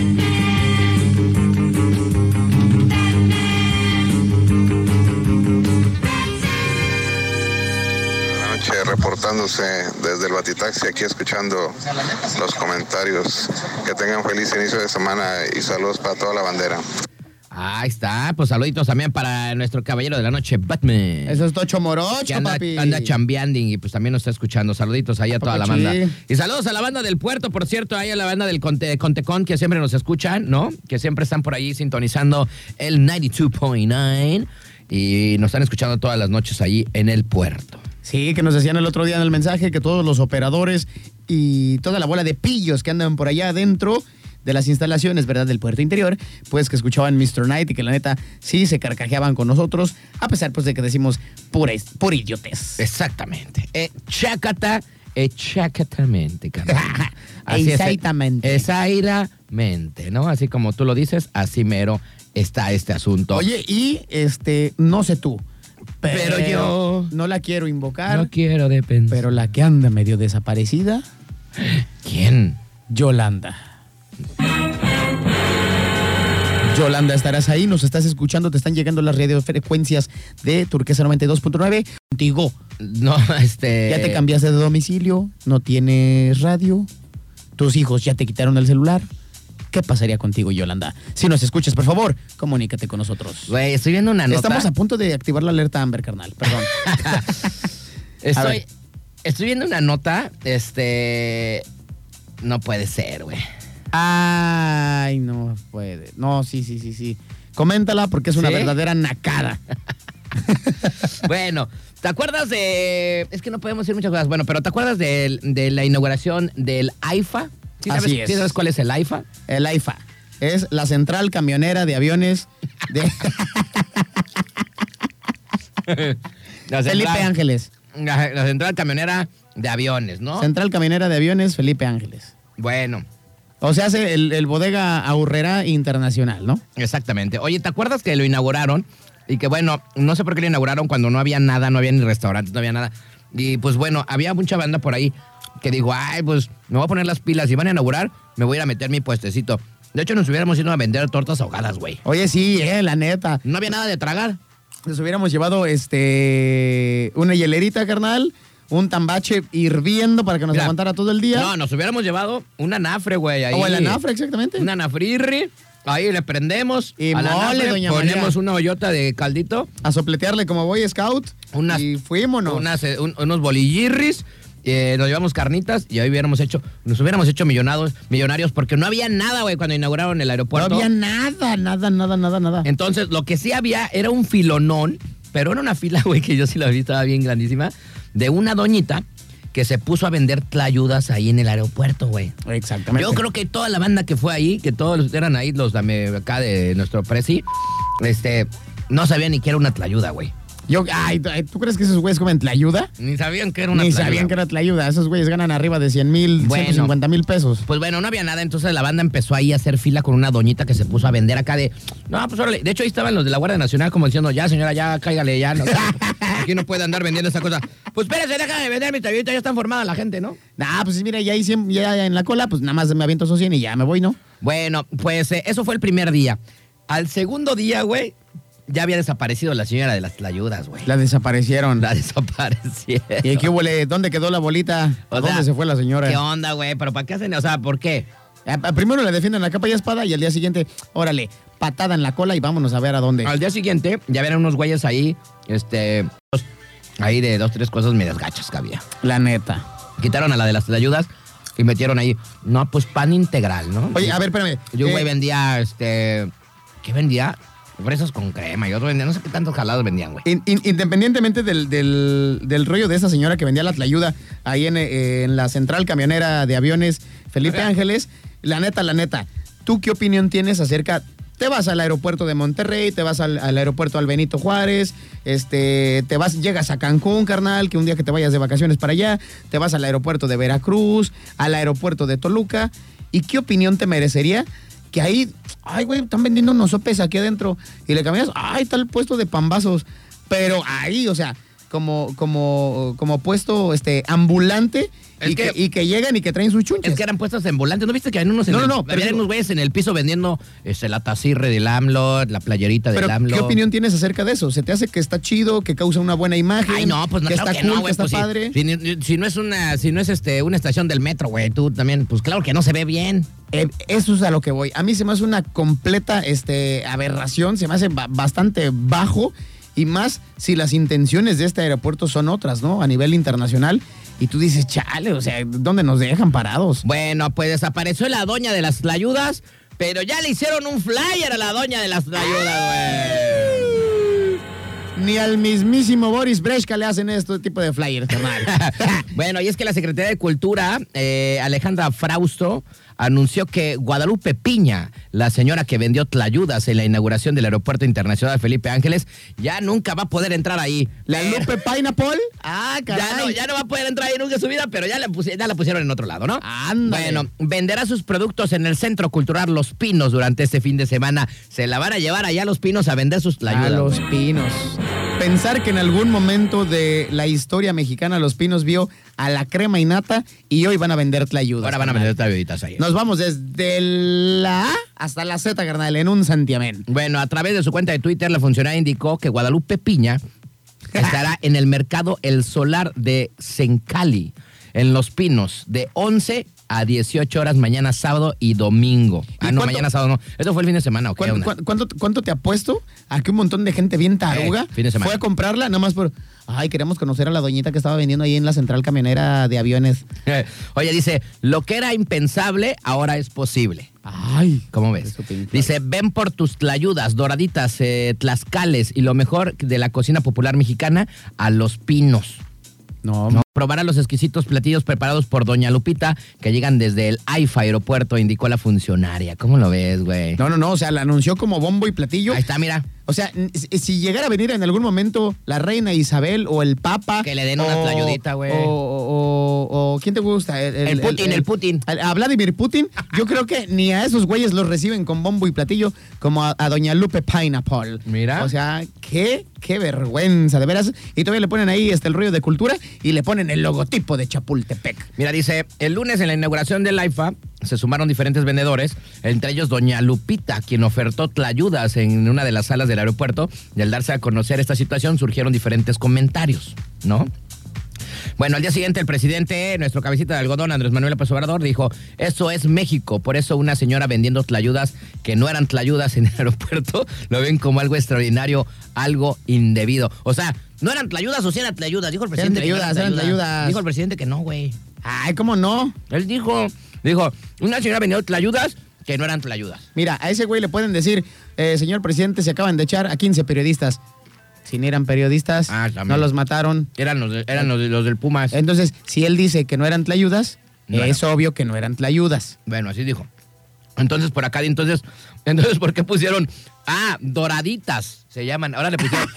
Noche reportándose desde el Batitaxi, aquí escuchando los comentarios. Que tengan feliz inicio de semana y saludos para toda la bandera. Ahí está, pues saluditos también para nuestro caballero de la noche, Batman. Eso es Tocho que Morocho, anda, papi. anda chambeando y pues también nos está escuchando. Saluditos ahí a toda la poco banda. sí? Y saludos a la banda del puerto, por cierto, ahí a la banda del Conte, Contecón que siempre nos escuchan, ¿no? Que siempre están por ahí sintonizando el noventa y dos punto nueve y nos están escuchando todas las noches ahí en el puerto. Sí, que nos decían el otro día en el mensaje que todos los operadores y toda la bola de pillos que andan por allá adentro de las instalaciones, ¿verdad?, del puerto interior, pues que escuchaban mister Night y que la neta sí se carcajeaban con nosotros, a pesar pues de que decimos pura, pura idiotez. Exactamente. Eh, chácata, eh, chácatamente, carnal. Así es, eh, Exactamente. Exactamente, ¿no? Así como tú lo dices, así mero está este asunto. Oye, y este, no sé tú, pero, Pero yo- no la quiero invocar, no quiero de pensar. pero la que anda medio desaparecida, ¿Quién? Yolanda. Yolanda, estarás ahí, nos estás escuchando, te están llegando las radiofrecuencias de Turquesa noventa y dos punto nueve. Contigo, No, este... ya te cambiaste de domicilio, no tienes radio, tus hijos ya te quitaron el celular. ¿Qué pasaría contigo, Yolanda? Si nos escuchas, por favor, comunícate con nosotros. Güey, estoy viendo una nota. Estamos a punto de activar la alerta Amber, carnal, perdón. A Estoy, ver. estoy viendo una nota, este... No puede ser, güey. Ay, no puede. No, sí, sí, sí, sí. Coméntala porque es una ¿Sí? verdadera nacada. Bueno, ¿te acuerdas de...? Es que no podemos decir muchas cosas. Bueno, pero ¿te acuerdas de, de la inauguración del AIFA? ¿Sí sabes, Así es. ¿sí sabes cuál es el AIFA? El AIFA es la central camionera de aviones de La Felipe central- Ángeles. La, la central camionera de aviones, ¿no? Central camionera de aviones Felipe Ángeles. Bueno, O sea, hace el, el bodega Aurrera Internacional, ¿no? exactamente. Oye, ¿te acuerdas que lo inauguraron? Y que bueno, no sé por qué lo inauguraron cuando no había nada, no había ni restaurantes, no había nada. Y pues bueno, había mucha banda por ahí que digo, ay, pues me voy a poner las pilas y van a inaugurar, me voy a ir a meter mi puestecito. De hecho, nos hubiéramos ido a vender tortas ahogadas, güey. Oye, sí, eh, la neta. No había nada de tragar. Nos hubiéramos llevado este una hielerita, carnal, un tambache hirviendo para que nos Mira, aguantara todo el día. No, nos hubiéramos llevado un anafre, güey. Ahí. O el anafre, exactamente. Un anafrirri. Ahí le prendemos. Y al mole, anafre, doña ponemos María. una hoyota de caldito. A sopletearle como Boy Scout. Unas- y fuímonos. Unas, eh, un- unos bolillirris. Eh, nos llevamos carnitas y ahí hubiéramos hecho, nos hubiéramos hecho millonados, millonarios porque no había nada, güey, cuando inauguraron el No aeropuerto. había nada, nada, nada, nada, nada. Entonces, lo que sí había era un filonón, pero era una fila, güey, que yo sí la vi, estaba bien grandísima, de una doñita que se puso a vender tlayudas ahí en el aeropuerto, güey. Exactamente. Yo creo que toda la banda que fue ahí, que todos eran ahí los de acá de nuestro presi, este, no sabían ni que era una tlayuda, güey. Yo, ay, ¿tú crees que esos güeyes comen tlayuda? Ni sabían que era una Ni tlayuda. sabían que era tlayuda. Esos güeyes ganan arriba de cien mil, Bueno. ciento cincuenta mil pesos. Pues bueno, no había nada, entonces la banda empezó ahí a hacer fila con una doñita que se puso a vender acá de... No, pues órale. De hecho, ahí estaban los de la Guardia Nacional como diciendo, ya señora, ya cáigale, ya. No, aquí no puede andar vendiendo esa cosa. Pues espérese, deja de vender mi tlayudita, ya está formada la gente, ¿no? Nah, pues mira, ya ahí siem- ya en la cola, pues nada más me aviento esos cien y ya me voy, ¿no? Bueno, pues eh, eso fue el primer día. Al segundo día, güey, ya había desaparecido la señora de las tlayudas, güey. La desaparecieron. La desaparecieron. ¿Y qué huele? ¿Dónde quedó la bolita? O ¿A sea, dónde se fue la señora? ¿Qué onda, güey? ¿Pero para qué hacen? O sea, ¿por qué? A- a- Primero le defienden a capa y espada y al día siguiente, órale, patada en la cola y vámonos a ver a dónde. Al día siguiente, ya vieron unos güeyes ahí, este... Ahí de dos, tres cosas medias gachas que había. La neta. Quitaron a la de las tlayudas y metieron ahí, no, pues pan integral, ¿no? Oye, a ver, espérame. Yo, güey, Eh, vendía, este... ¿Qué vendía? Fresas con crema y otro vendía, no sé qué tantos jalados vendían, güey. in- in- independientemente del, del- del rollo de esa señora que vendía la tlayuda ahí en, eh, en la central camionera de aviones Felipe Ajá. Ángeles, la neta, la neta, ¿tú qué opinión tienes acerca? Te vas al aeropuerto de Monterrey, te vas al, al aeropuerto al Benito Juárez, este, te vas, llegas a Cancún, carnal, que un día que te vayas de vacaciones para allá, te vas al aeropuerto de Veracruz, al aeropuerto de Toluca, ¿y qué opinión te merecería? Que ahí, ay, güey, están vendiendo unos sopes aquí adentro. Y le caminas, ay, está el puesto de pambazos. Pero ahí, o sea, como, como, como puesto este, ambulante Es y que- que, y que llegan y que traen sus chunches. Es que eran puestos en volantes. ¿No viste que había unos en No, el, no, no, pero había digo- unos güeyes en el piso vendiendo este, la tacirre del AMLO, la playerita del Pero, AMLO? ¿qué opinión tienes acerca de eso? ¿Se te hace que está chido, que causa una buena imagen? Ay, no, pues no, que claro está que cool, no, que güey. está Pues, si- padre. si, ni- si no es una, si no es este, una estación del metro, güey, tú también, pues claro que no se ve bien. Eh, eso es a lo que voy. A mí se me hace una completa este, aberración, se me hace ba- bastante bajo y más si las intenciones de este aeropuerto son otras, ¿no? A nivel internacional. Y tú dices, chale, o sea, ¿dónde nos dejan parados? Bueno, pues desapareció la doña de las tlayudas, pero ya le hicieron un flyer a la doña de las tlayudas, güey. Ni al mismísimo Boris Brejcha le hacen este tipo de flyers, carnal. Bueno, y es que la Secretaría de Cultura, eh, Alejandra Frausto, anunció que Guadalupe Piña, la señora que vendió tlayudas en la inauguración del Aeropuerto Internacional Felipe Ángeles, ya nunca va a poder entrar ahí. ¿La Pero- Lupe Pineapple? Ah, caray. Ya no, ya no va a poder entrar ahí nunca en su vida, pero ya, le pusi- ya la pusieron en otro lado, ¿no? Ándale. Bueno, venderá sus productos en el Centro Cultural Los Pinos durante este fin de semana. Se la van a llevar allá a Los Pinos a vender sus tlayudas. A Los güey. Pinos. Pensar que en algún momento de la historia mexicana Los Pinos vio a la crema y nata y hoy van a vender tlayudas. Ahora van a carnal. vender tlayuditas ahí. Nos vamos desde la A hasta la Z, carnal, en un santiamén. Bueno, a través de su cuenta de Twitter, la funcionaria indicó que Guadalupe Piña estará en el mercado El Solar de Sencali, en Los Pinos, de once a dieciocho horas mañana, sábado y domingo. Ah, ¿Y no, cuánto- mañana, sábado no. Esto fue el fin de semana, ¿o qué ¿Cuánto, onda? cuánto- cuánto- cuánto te apuesto a que un montón de gente bien taruga Eh, fin de semana. fue a comprarla nada más por... Ay, queremos conocer a la doñita que estaba vendiendo ahí en la central camionera de aviones. Oye, dice, lo que era impensable ahora es posible. Ay, ¿Cómo ves? eso, Pink Floyd. Dice, ven por tus tlayudas, doraditas, eh, tlaxcales y lo mejor de la cocina popular mexicana a Los Pinos. No, No, probar a los exquisitos platillos preparados por Doña Lupita que llegan desde el A I F A aeropuerto, indicó la funcionaria. ¿Cómo lo ves, güey? no, no, no, o sea, la anunció como bombo y platillo. Ahí está, mira. O sea, si si llegara a venir en algún momento la reina Isabel o el papa. Que le den una o- tlayudita, güey. O, o- o- ¿quién te gusta? El Putin, el Putin. A, a Vladimir Putin, yo creo que ni a esos güeyes los reciben con bombo y platillo como a, a doña Lupe Pineapple. Mira. O sea, qué, qué vergüenza, de veras. Y todavía le ponen ahí este, el rollo de cultura y le ponen el logotipo de Chapultepec. Mira, dice, el lunes en la inauguración del A I F A se sumaron diferentes vendedores, entre ellos Doña Lupita, quien ofertó tlayudas en una de las salas del aeropuerto, y al darse a conocer esta situación surgieron diferentes comentarios, ¿no? Bueno, al día siguiente el presidente, nuestro cabecita de algodón, Andrés Manuel López Obrador, dijo, eso es México, por eso una señora vendiendo tlayudas que no eran tlayudas en el aeropuerto, lo ven como algo extraordinario, algo indebido. O sea, ¿no eran tlayudas o sí eran tlayudas? Dijo el presidente que no tlayudas, eran tlayudas. Dijo el presidente que no, güey. Ay, ¿cómo no? Él dijo, dijo, una señora vendiendo tlayudas que no eran tlayudas. Mira, a ese güey le pueden decir, eh, señor presidente, se acaban de echar a quince periodistas. Si no eran periodistas, Ah, también. no los mataron. Eran los, de- eran los, de- los del Pumas. Entonces, si él dice que no eran tlayudas, No es obvio que no eran tlayudas. Bueno, así dijo. Entonces, por acá, entonces, entonces, ¿por qué pusieron? Ah, doraditas se llaman. Ahora le pusieron.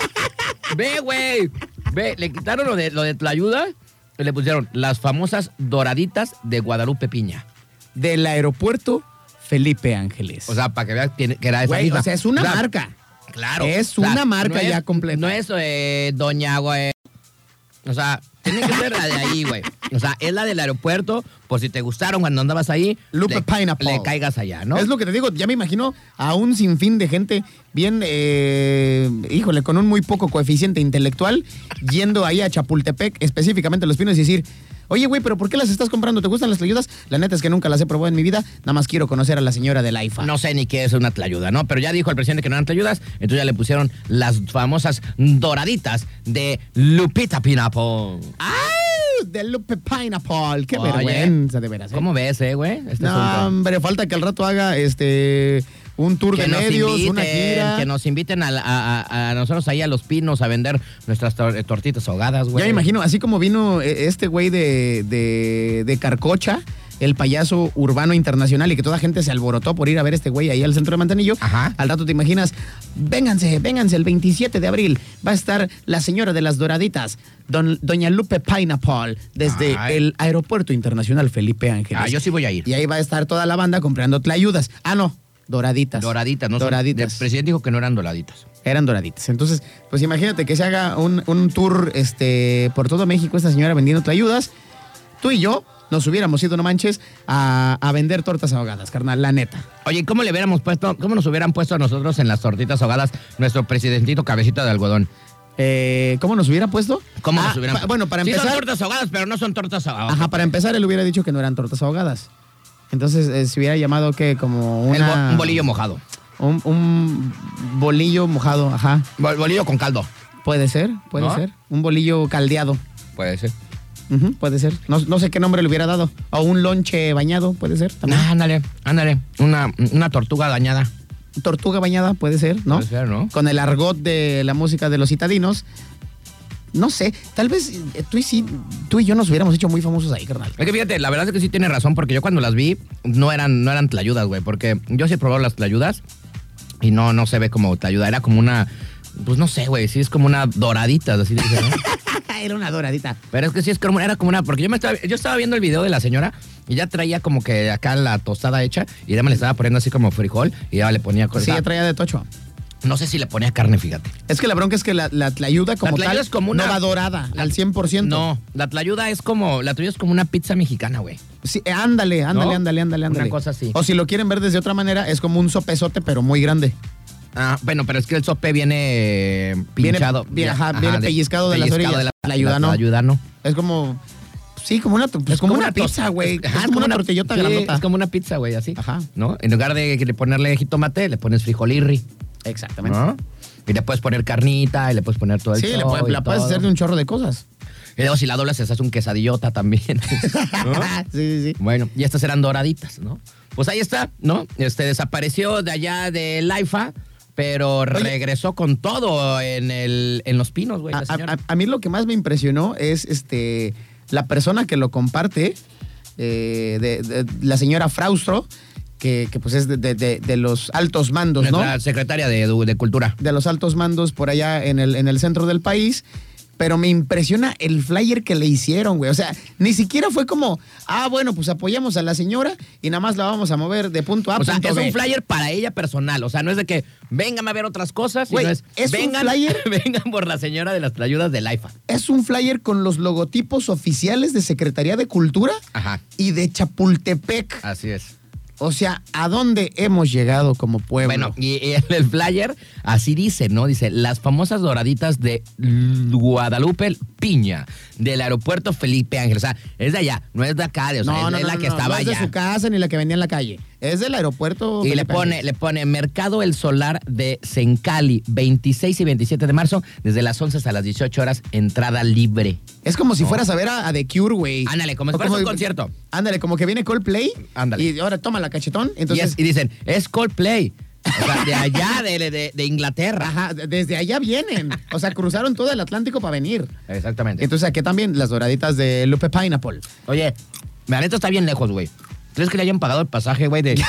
Ve, güey. Ve, le quitaron lo de, lo de tlayuda y le pusieron las famosas doraditas de Guadalupe Piña. Del aeropuerto Felipe Ángeles. O sea, para que veas que, que era esa güey, misma. o sea, es una O sea, marca. Claro. Es O sea, una marca no es- ya completa. No es eh, Doña, güey. O sea, tiene que ser la de ahí, güey. O sea, es la del aeropuerto, por si te gustaron cuando andabas ahí. Lupe le, Pineapple. Le caigas allá, ¿no? Es lo que te digo, ya me imagino a un sinfín de gente bien, eh, híjole, con un muy poco coeficiente intelectual, yendo ahí a Chapultepec, específicamente a Los Pinos, y decir, oye, güey, ¿pero por qué las estás comprando? ¿Te gustan las tlayudas? La neta es que nunca las he probado en mi vida, nada más quiero conocer a la señora del A I F A. No sé ni qué es una tlayuda, ¿no? Pero ya dijo el presidente que no eran tlayudas, entonces ya le pusieron las famosas doraditas de Lupita Pineapple. ¡Ay! De Lupe Pineapple. ¡Qué Oye, vergüenza, de veras! ¿eh? ¿Cómo ves, eh, güey? Este No, asunto? hombre, falta que al rato haga este un tour Que de nos medios, inviten, una gira. que nos inviten a, la- a- a- a nosotros ahí a Los Pinos a vender nuestras tor- tortitas ahogadas, güey. Ya me imagino, así como vino eh, este güey de, de, de Carcocha, el payaso urbano internacional, y que toda gente se alborotó por ir a ver a este güey ahí al centro de Manzanillo. Ajá. Al rato te imaginas, vénganse, vénganse, el veintisiete de abril va a estar la señora de las doraditas, don, doña Lupe Pineapple, desde Ay. el aeropuerto internacional Felipe Ángeles. Ah, yo sí voy a ir. Y ahí va a estar toda la banda comprando tlayudas. Ah, no, doraditas. Doraditas, ¿no? son- Doraditas. El presidente dijo que no eran doraditas. Eran doraditas. Entonces, pues imagínate que se haga un, un tour este, por todo México, esta señora vendiendo tlayudas. Tú y yo nos hubiéramos ido, no manches, a, a vender tortas ahogadas, carnal, la neta. Oye, ¿cómo le hubiéramos puesto, cómo nos hubieran puesto a nosotros en las tortitas ahogadas nuestro presidentito cabecita de algodón? Eh, ¿Cómo nos hubiera puesto? ¿Cómo Ah, nos hubieran pa- Bueno, para Sí, empezar. son tortas ahogadas, pero no son tortas ahogadas. Ajá, para empezar, él hubiera dicho que no eran tortas ahogadas. Entonces, eh, se hubiera llamado que como El una, bo- un bolillo mojado. Un, un bolillo mojado, ajá. Bol- bolillo con caldo. Puede ser, puede ¿No? ser. Un bolillo caldeado. Puede ser. Ujú, puede ser. No, no sé qué nombre le hubiera dado. O un lonche bañado, puede ser también. Ah, ándale, ándale. Una, una tortuga dañada. Tortuga bañada, puede ser, ¿no? Puede ser, ¿no? Con el argot de la música de los citadinos. No sé, tal vez eh, tú y, sí, tú y yo nos hubiéramos hecho muy famosos ahí, carnal. Es que fíjate, la verdad es que sí tiene razón, porque yo cuando las vi no eran, no eran tlayudas, güey. Porque yo sí he probado las tlayudas y no, no se ve como tlayuda. Era como una, pues no sé, güey, sí es como una doradita, así dice, ¿no? Era una doradita. Pero es que sí es como, era como una, porque yo me estaba, yo estaba viendo el video de la señora y ya traía como que acá la tostada hecha y ya me le estaba poniendo así como frijol y ya le ponía Sí, cosas. ya traía de tocho. No sé si le ponía carne, fíjate. Es que la bronca es que la, la tlayuda como tlayuda tal es como una- no va dorada La- al cien por ciento. No, la tlayuda es como, la tuya es como una pizza mexicana, güey. Sí, eh, ándale, ándale, ¿No? ándale, ándale, ándale. Una cosa así. O si lo quieren ver desde otra manera, es como un sopesote, pero muy grande. Ah, bueno, pero es que el sope viene eh, Viene- pinchado. viene- ajá, viene pellizcado de las pellizcado orillas. de La ayuda no. La ayuda no. Es como. Sí, como una, pues como una tos- pizza, güey. Es, Es, ajá, como una, tortillota sí, grandota. Es como una pizza, güey, así. Ajá. ¿No? En lugar de que le ponerle jitomate, le pones frijolirri. Exactamente. ¿no? Y le puedes poner carnita, y le puedes poner todo el Sí, le show puede- y la puedes todo. hacer de un chorro de cosas. Y luego si la doblas, se hace un quesadillota también. ¿no? sí, sí, sí. Bueno, y estas eran doraditas, ¿no? Pues ahí está, ¿no? Este desapareció de allá de Laifa, pero regresó con todo en el en Los Pinos, güey. A, la señora. a- a mí lo que más me impresionó es este la persona que lo comparte, eh, de, de- la señora Fraustro, que, que pues es de, de- de- de los altos mandos, ¿no? Nuestra secretaria de, de Cultura. De los altos mandos por allá en el, en el centro del país. Pero me impresiona el flyer que le hicieron, güey. O sea, ni siquiera fue como, ah, bueno, pues apoyamos a la señora y nada más la vamos a mover de punto A a O sea, punto es B. un flyer para ella personal. O sea, no es de que vengan a ver otras cosas, Güey, sino es, es un vengan, flyer. vengan por la señora de las ayudas de Laifa. Es un flyer con los logotipos oficiales de Secretaría de Cultura Ajá, y de Chapultepec. así es. O sea, ¿a dónde hemos llegado como pueblo? Bueno, y y el, el flyer así dice, ¿no? Dice, las famosas doraditas de Guadalupe Piña, del aeropuerto Felipe Ángel. O sea, es de allá, no es de acá, de, o sea, no, es, no, es no, la no, que no, estaba no es de allá. su casa ni la que vendía en la calle. Es del aeropuerto. Y le Felipe pone, Ángeles. le pone Mercado El Solar de Sencali, veintiséis y veintisiete de marzo, desde las once hasta las dieciocho horas, entrada libre. Es como si fueras a ver a, a The Cure, güey. Ándale, como si O fuera un concierto. Ándale, como que viene Coldplay. Ándale. Y ahora toma la cachetón. Y, Entonces, es- y dicen, es Coldplay. O sea, de allá, de, de- de Inglaterra. ajá, desde allá vienen. O sea, cruzaron todo el Atlántico para venir. Exactamente. Entonces aquí también las doraditas de Lupe Pineapple. Oye, la neta está bien lejos, güey. ¿Crees que le hayan pagado el pasaje, güey? De...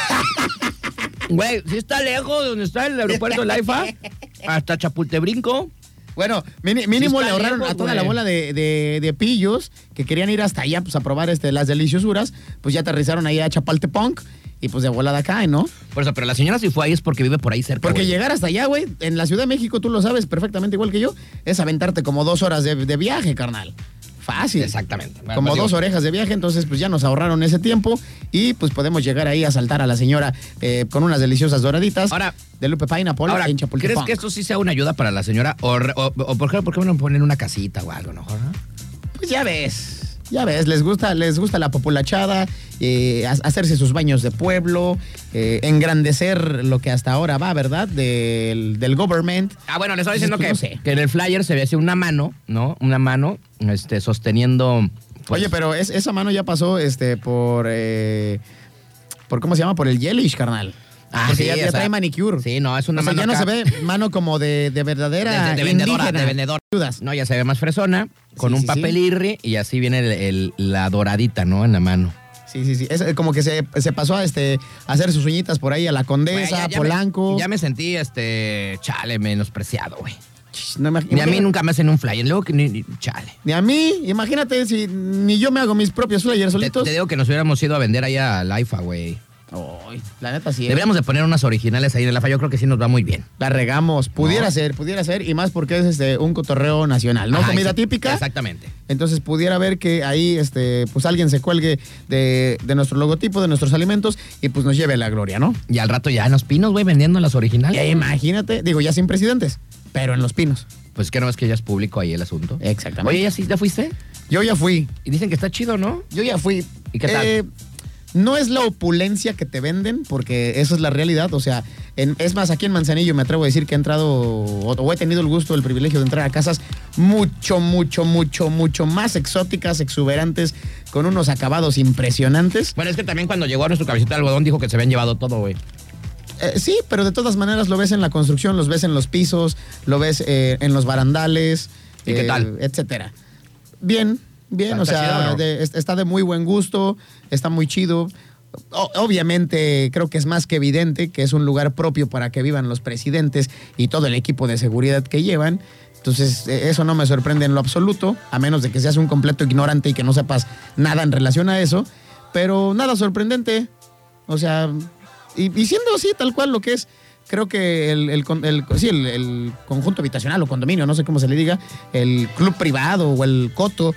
Güey, sí está lejos de donde está el aeropuerto de Laifa, hasta Chapultebrinco. Bueno, mini- mínimo Sí está le ahorraron lejos, a toda güey. la bola de, de- de pillos que querían ir hasta allá pues, a probar este, las deliciosuras. Pues ya aterrizaron ahí a Chapultepec y pues de volada acá, ¿no? Por eso, pero la señora si fue ahí es porque vive por ahí cerca. Porque güey. llegar hasta allá, güey, en la Ciudad de México, tú lo sabes perfectamente igual que yo, es aventarte como dos horas de, de viaje, carnal. Fácil. Exactamente. Bueno, Como pues, dos digo, orejas de viaje, entonces pues ya nos ahorraron ese tiempo y pues podemos llegar ahí a saltar a la señora eh, con unas deliciosas doraditas Ahora- de Lupe Pineapple Ahora, en Chapultepec. ¿crees que esto sí sea una ayuda para la señora? O, re- o, o por ejemplo, ¿por qué no ponen una casita o algo, no? Pues ya ves, ya ves, les gusta, les gusta la populachada, eh, ha- hacerse sus baños de pueblo, eh, engrandecer lo que hasta ahora va, ¿verdad? Del, del government. Ah, bueno, le estaba diciendo Pues, que, no sé. que en el flyer se ve así una mano, ¿no? Una mano este, sosteniendo... pues, Oye, pero es- esa mano ya pasó este, por, eh, por, ¿cómo se llama? Por el Yellish, carnal. Ah, Porque sí, ya, o ya sea, trae manicure. sí, no, es una O sea, mano ya no acá. se ve mano como de, de verdadera De- de- de vendedora, indígena. de vendedora. Ayudas. No, ya se ve más fresona, con Sí, un sí, papel sí. irri y así viene el- el- la doradita, ¿no? En la mano. Sí, sí, sí. Es eh, como que se, se pasó a, este, a hacer sus uñitas por ahí a la Condesa, Güey, ya- ya Polanco. Me, ya me sentí, este, chale, menospreciado, güey. Ch, no me- Ni a mí imagínate- nunca me hacen un flyer, luego que ni, ni- chale. Ni a mí, imagínate si ni yo me hago mis propios flyers Te, solitos. te digo que nos hubiéramos ido a vender ahí a la IFA, güey. Ay, la neta sí. ¿eh? Deberíamos de poner unas originales ahí en la IFA, yo creo que sí nos va muy bien. La regamos. Pudiera No. ser, pudiera ser. Y más porque es este, un cotorreo nacional, ¿no? Ajá, Comida exa- típica. Exactamente. Entonces pudiera ver que ahí este, pues alguien se cuelgue de, de nuestro logotipo, de nuestros alimentos y pues nos lleve a la gloria, ¿no? Y al rato ya en los pinos, güey, vendiendo las originales. Ya imagínate, digo, ya sin presidentes, pero en Los Pinos. Pues que no es que ya es público ahí el asunto. Exactamente. Oye, ¿ya sí ya fuiste? Yo ya fui, Y dicen que está chido, ¿no? yo ya fui. ¿Y qué tal? Eh, no es la opulencia que te venden, porque esa es la realidad. O sea, en- es más, aquí en Manzanillo me atrevo a decir que he entrado o, o he tenido el gusto, el privilegio de entrar a casas mucho, mucho, mucho, mucho más exóticas, exuberantes, con unos acabados impresionantes. Bueno, es que también cuando llegó a nuestro cabecita de algodón dijo que se habían llevado todo, güey. Eh, sí, pero de todas maneras lo ves en la construcción, los ves en los pisos, lo ves eh, en los barandales. ¿Y qué eh, tal? Etcétera. Bien, bien, ¿Está o sea, chido o no? de- es- está de muy buen gusto, está muy chido. O- obviamente creo que es más que evidente que es un lugar propio para que vivan los presidentes y todo el equipo de seguridad que llevan. Entonces, eh, eso no me sorprende en lo absoluto, a menos de que seas un completo ignorante y que no sepas nada en relación a eso. Pero nada sorprendente. O sea, y, y siendo así, tal cual lo que es, creo que el, el con- el- sí, el- el conjunto habitacional o condominio, no sé cómo se le diga, el club privado o el coto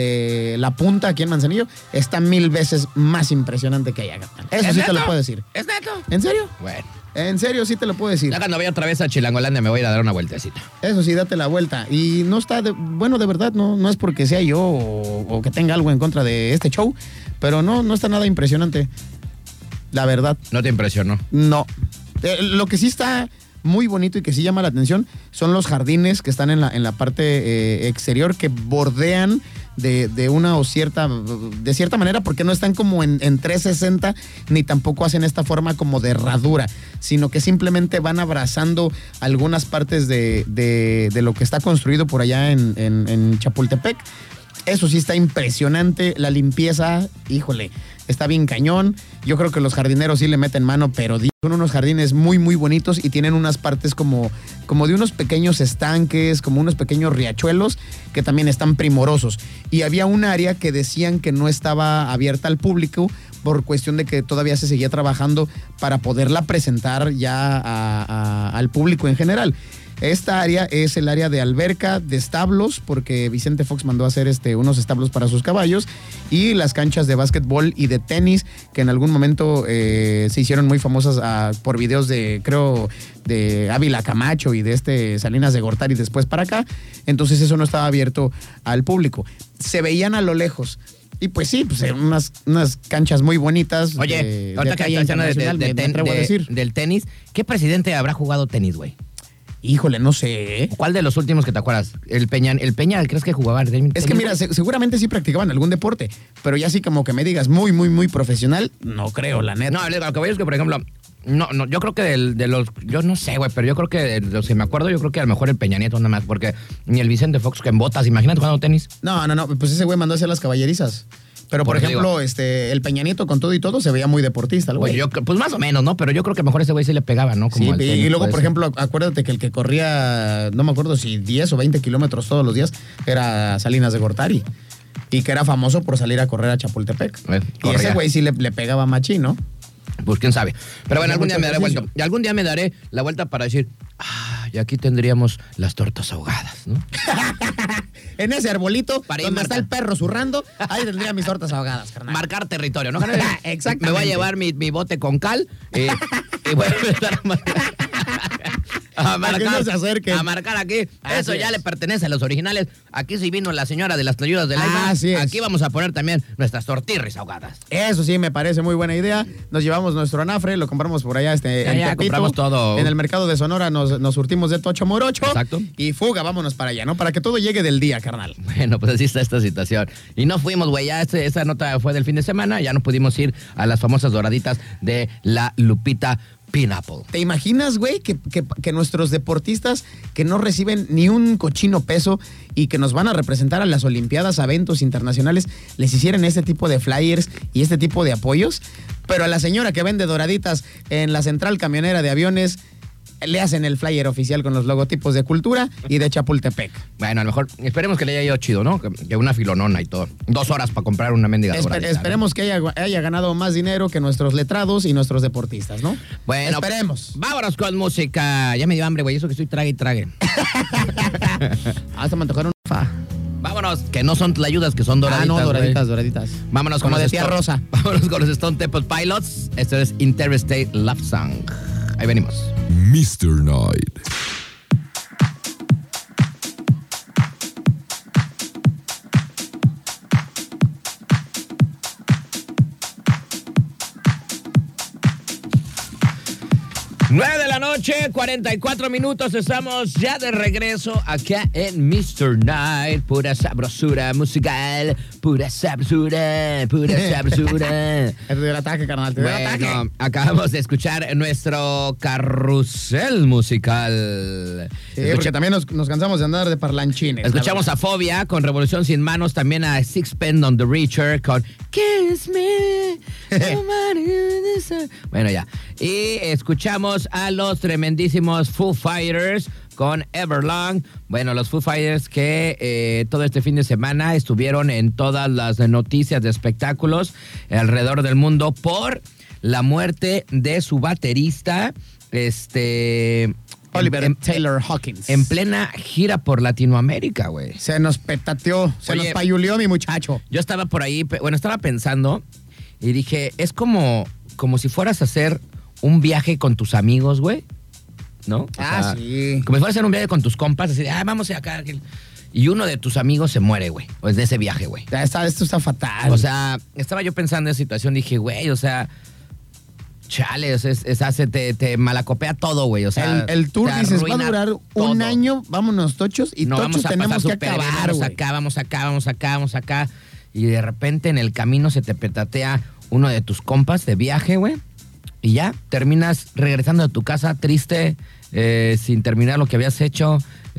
de La Punta aquí en Manzanillo, está mil veces más impresionante que allá. carnal. Eso ¿Es sí te neto? lo puedo decir. ¿Es neto? ¿En serio? Bueno. En serio, sí te lo puedo decir. Ya cuando vaya otra vez a Chilangolandia me voy a ir a dar una vueltecita. Eso sí, date la vuelta. Y no está, de- bueno, de verdad, no, no es porque sea yo o, o que tenga algo en contra de este show, pero no, no está nada impresionante. La verdad, ¿No te impresionó? no. Eh, lo que sí está muy bonito y que sí llama la atención son los jardines que están en la, en la parte eh, exterior que bordean de, de una o cierta, de cierta manera, porque no están como en, en trescientos sesenta, ni tampoco hacen esta forma como de herradura, sino que simplemente van abrazando algunas partes de, de, de lo que está construido por allá en, en, en Chapultepec. Eso sí está impresionante, la limpieza, híjole, está bien cañón. Yo creo que los jardineros sí le meten mano, pero son unos jardines muy, muy bonitos y tienen unas partes como, como de unos pequeños estanques, como unos pequeños riachuelos que también están primorosos. Y había un área que decían que no estaba abierta al público por cuestión de que todavía se seguía trabajando para poderla presentar ya a, a, al público en general. Esta área es el área de alberca, de establos, porque Vicente Fox mandó a hacer este, unos establos para sus caballos, y las canchas de básquetbol y de tenis, que en algún momento eh, se hicieron muy famosas a, por videos de, creo, de Ávila Camacho y de este Salinas de Gortari después para acá. Entonces eso no estaba abierto al público. Se veían a lo lejos. Y pues sí, pues unas, unas canchas muy bonitas. Oye, de, ahorita de que estás hablando de, de, de, me, me atrevo de, a decir. del tenis, ¿qué presidente habrá jugado tenis, güey? Híjole, no sé. ¿Cuál de los últimos que te acuerdas? ¿El Peña, el Peña crees que jugaba tenis? Es que mira, se, seguramente sí practicaban algún deporte, pero ya así como que me digas muy, muy, muy profesional, no creo, la neta. No, lo que voy a decir es que, por ejemplo, no, no, yo creo que del, de los, yo no sé, güey, pero yo creo que de los que me acuerdo, yo creo que a lo mejor el Peña Nieto nada más, porque ni el Vicente Fox que en botas, imagínate jugando tenis. No, no, no, pues ese güey mandó a hacer las caballerizas. Pero, por, por ejemplo, digo, este, el Peña Nieto con todo y todo se veía muy deportista, el güey. Pues, yo, pues más o menos, ¿no? Pero yo creo que mejor ese güey sí le pegaba, ¿no? Como sí, y, y luego, por ejemplo, acuérdate que el que corría, no me acuerdo si diez o veinte kilómetros todos los días, era Salinas de Gortari. Y que era famoso por salir a correr a Chapultepec. Eh, y ese güey sí le, le pegaba machín, ¿no? Pues quién sabe. Pero bueno, algún día me daré vuelta. Y algún día me daré la vuelta para decir, ah, y aquí tendríamos las tortas ahogadas, ¿no? En ese arbolito, para donde está el perro zurrando, ahí tendría mis tortas ahogadas, carnal. Marcar territorio, ¿no? Exactamente. Me voy a llevar mi, mi bote con cal eh, y voy a empezar a marcar. A marcar, no se acerque. a marcar aquí. Así Eso ya es. le pertenece a los originales. Aquí sí vino la señora de las tlayudas del Ah, así es. Aquí vamos a poner también nuestras tortillas ahogadas. Eso sí, me parece muy buena idea. Nos llevamos nuestro anafre, lo compramos por allá este, ya, en ya, Tepito. compramos todo. En el mercado de Sonora nos, nos surtimos de tocho morocho. Exacto. Y fuga, vámonos para allá, ¿no? Para que todo llegue del día, carnal. Bueno, pues así está esta situación. Y no fuimos, güey, ya este, esta nota fue del fin de semana, ya no pudimos ir a las famosas doraditas de la Lupita Pineapple. ¿Te imaginas, güey, que, que, que nuestros deportistas que no reciben ni un cochino peso y que nos van a representar a las Olimpiadas, a eventos internacionales, les hicieran este tipo de flyers y este tipo de apoyos? Pero a la señora que vende doraditas en la central camionera de aviones, le hacen el flyer oficial con los logotipos de Cultura y de Chapultepec. Bueno, a lo mejor esperemos que le haya ido chido, ¿no? Que, que una filonona y todo. Dos horas para comprar una mendiga Esper- doradita, Esperemos ¿no? que haya, haya ganado más dinero que nuestros letrados y nuestros deportistas, ¿no? Bueno, esperemos. Vámonos con música. Ya me dio hambre, güey. Eso que estoy trague y trague. Hasta me antojaron fa. Vámonos, que no son tlayudas, que son doraditas. Ah, no, doraditas, güey. doraditas. Vámonos Como con de los tía Stone- Rosa. Vámonos con los Stone Temple Pilots. Esto es Interstate Love Song. Ahí venimos. mister Night. nueve de la noche, cuarenta y cuatro minutos. Estamos ya de regreso acá en mister Night. Pura sabrosura musical. Pura sabrosura, pura sabrosura. Te dio el ataque, carnal, te dio el ataque. Bueno, acabamos de escuchar nuestro carrusel musical. Sí, Escucha- porque también nos, nos cansamos de andar de parlanchines. Escuchamos a Fobia con Revolución Sin Manos, también a Sixpence on the Reacher con Kiss Me. Bueno, ya. Y escuchamos a los tremendísimos Foo Fighters con Everlong. Bueno, los Foo Fighters que eh, todo este fin de semana estuvieron en todas las noticias de espectáculos alrededor del mundo por la muerte de su baterista, este... Oliver en- Taylor Hawkins. En plena gira por Latinoamérica, güey. Se nos petateó, se Oye, nos payuleó mi muchacho. Yo estaba por ahí, pe- bueno, estaba pensando y dije, es como, como si fueras a hacer un viaje con tus amigos, güey, ¿no? O Ah, sea, sí. Como si fueras a hacer un viaje con tus compas, así de, ah, vamos acá. Y uno de tus amigos se muere, güey, pues de ese viaje, güey. Ya está, esto está fatal. O sea, estaba yo pensando en esa situación, dije, güey, o sea, Chale, es, es, es hace, te, te malacopea todo, güey. O sea, el, el tour, te dices, va a arruina durar un todo. año, vámonos tochos, y No, tochos vamos a tenemos pasar que súper bien, acabar, vamos güey. acá, vamos acá, vamos acá, vamos acá. Y de repente en el camino se te petatea uno de tus compas de viaje, güey. Y ya, terminas regresando a tu casa triste, eh, sin terminar lo que habías hecho.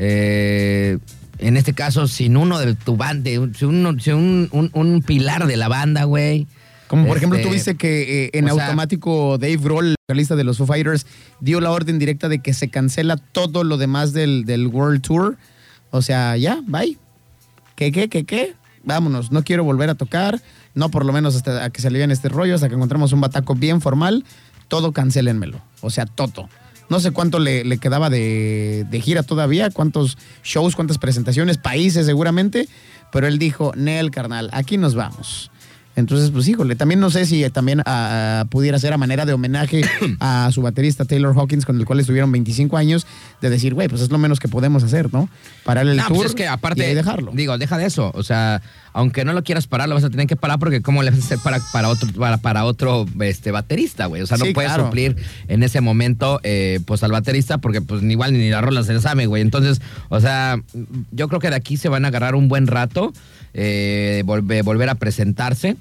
Eh, en este caso, sin uno de tu banda, sin, uno, sin un, un, un pilar de la banda, güey. Como por ejemplo, Este, tú viste que eh, en o sea- automático Dave Grohl, el vocalista de los Foo Fighters, dio la orden directa de que se cancela todo lo demás del, del World Tour. O sea, ya, bye. ¿Qué, qué, qué, qué? Vámonos, no quiero volver a tocar. No, por lo menos hasta a que se alivian este rollo, hasta que encontremos un bataco bien formal. Todo cancélenmelo. O sea, todo. No sé cuánto le, le quedaba de, de gira todavía, cuántos shows, cuántas presentaciones, países seguramente. Pero él dijo, Nel, carnal, aquí nos vamos. Entonces, pues híjole, también no sé si también ah, pudiera ser a manera de homenaje a su baterista Taylor Hawkins, con el cual estuvieron veinticinco años, de decir, güey, pues es lo menos que podemos hacer, ¿no? Parar el No, tour pues es que aparte, y ahí dejarlo. digo, deja de eso. O sea, aunque no lo quieras parar, lo vas a tener que parar porque cómo le vas a hacer para, para otro, para, para otro este, baterista, güey. O sea, no Sí, puedes claro. suplir en ese momento eh, pues al baterista porque pues ni igual ni la rola se le sabe, güey. Entonces, o sea, yo creo que de aquí se van a agarrar un buen rato, eh, volver, volver a presentarse,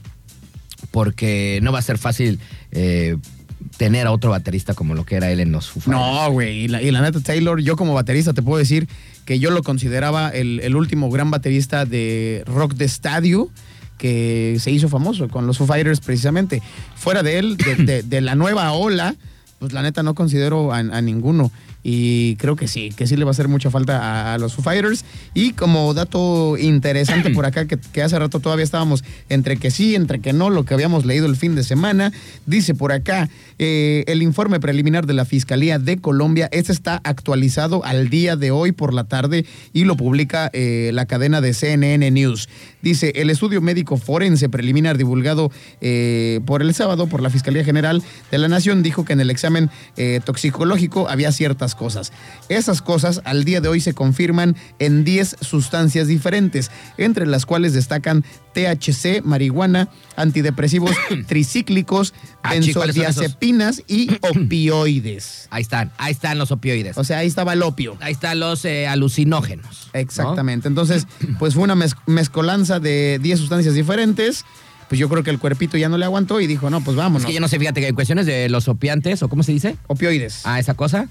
porque no va a ser fácil eh, tener a otro baterista como lo que era él en los Foo Fighters. No, güey, y la, y la neta Taylor, yo como baterista te puedo decir que yo lo consideraba el, el último gran baterista de rock de estadio que se hizo famoso con los Foo Fighters precisamente. Fuera de él, de, de- de la nueva ola, pues la neta no considero a, a ninguno. Y creo que sí, que sí le va a hacer mucha falta a, a los Foo Fighters. Y como dato interesante por acá, que, que hace rato todavía estábamos entre que sí, entre que no, lo que habíamos leído el fin de semana, dice por acá, eh, el informe preliminar de la Fiscalía de Colombia, este está actualizado al día de hoy por la tarde y lo publica eh, la cadena de C N N News. Dice, el estudio médico forense preliminar divulgado eh, por el sábado por la Fiscalía General de la Nación dijo que en el examen eh, toxicológico había ciertas cosas. Esas cosas al día de hoy se confirman en diez sustancias diferentes, entre las cuales destacan T H C, marihuana, antidepresivos tricíclicos, Ah, chi, ¿cuáles son esos? benzodiazepinas y opioides. Ahí están, ahí están los opioides. O sea, ahí estaba el opio. Ahí están los eh, alucinógenos. ¿no? Exactamente. Entonces, pues fue una mez- mezcolanza de diez sustancias diferentes. Pues yo creo que el cuerpito ya no le aguantó y dijo, no, pues vámonos. Es que yo no sé, fíjate que hay cuestiones de los opiantes, o ¿cómo se dice? Opioides. Ah, esa cosa.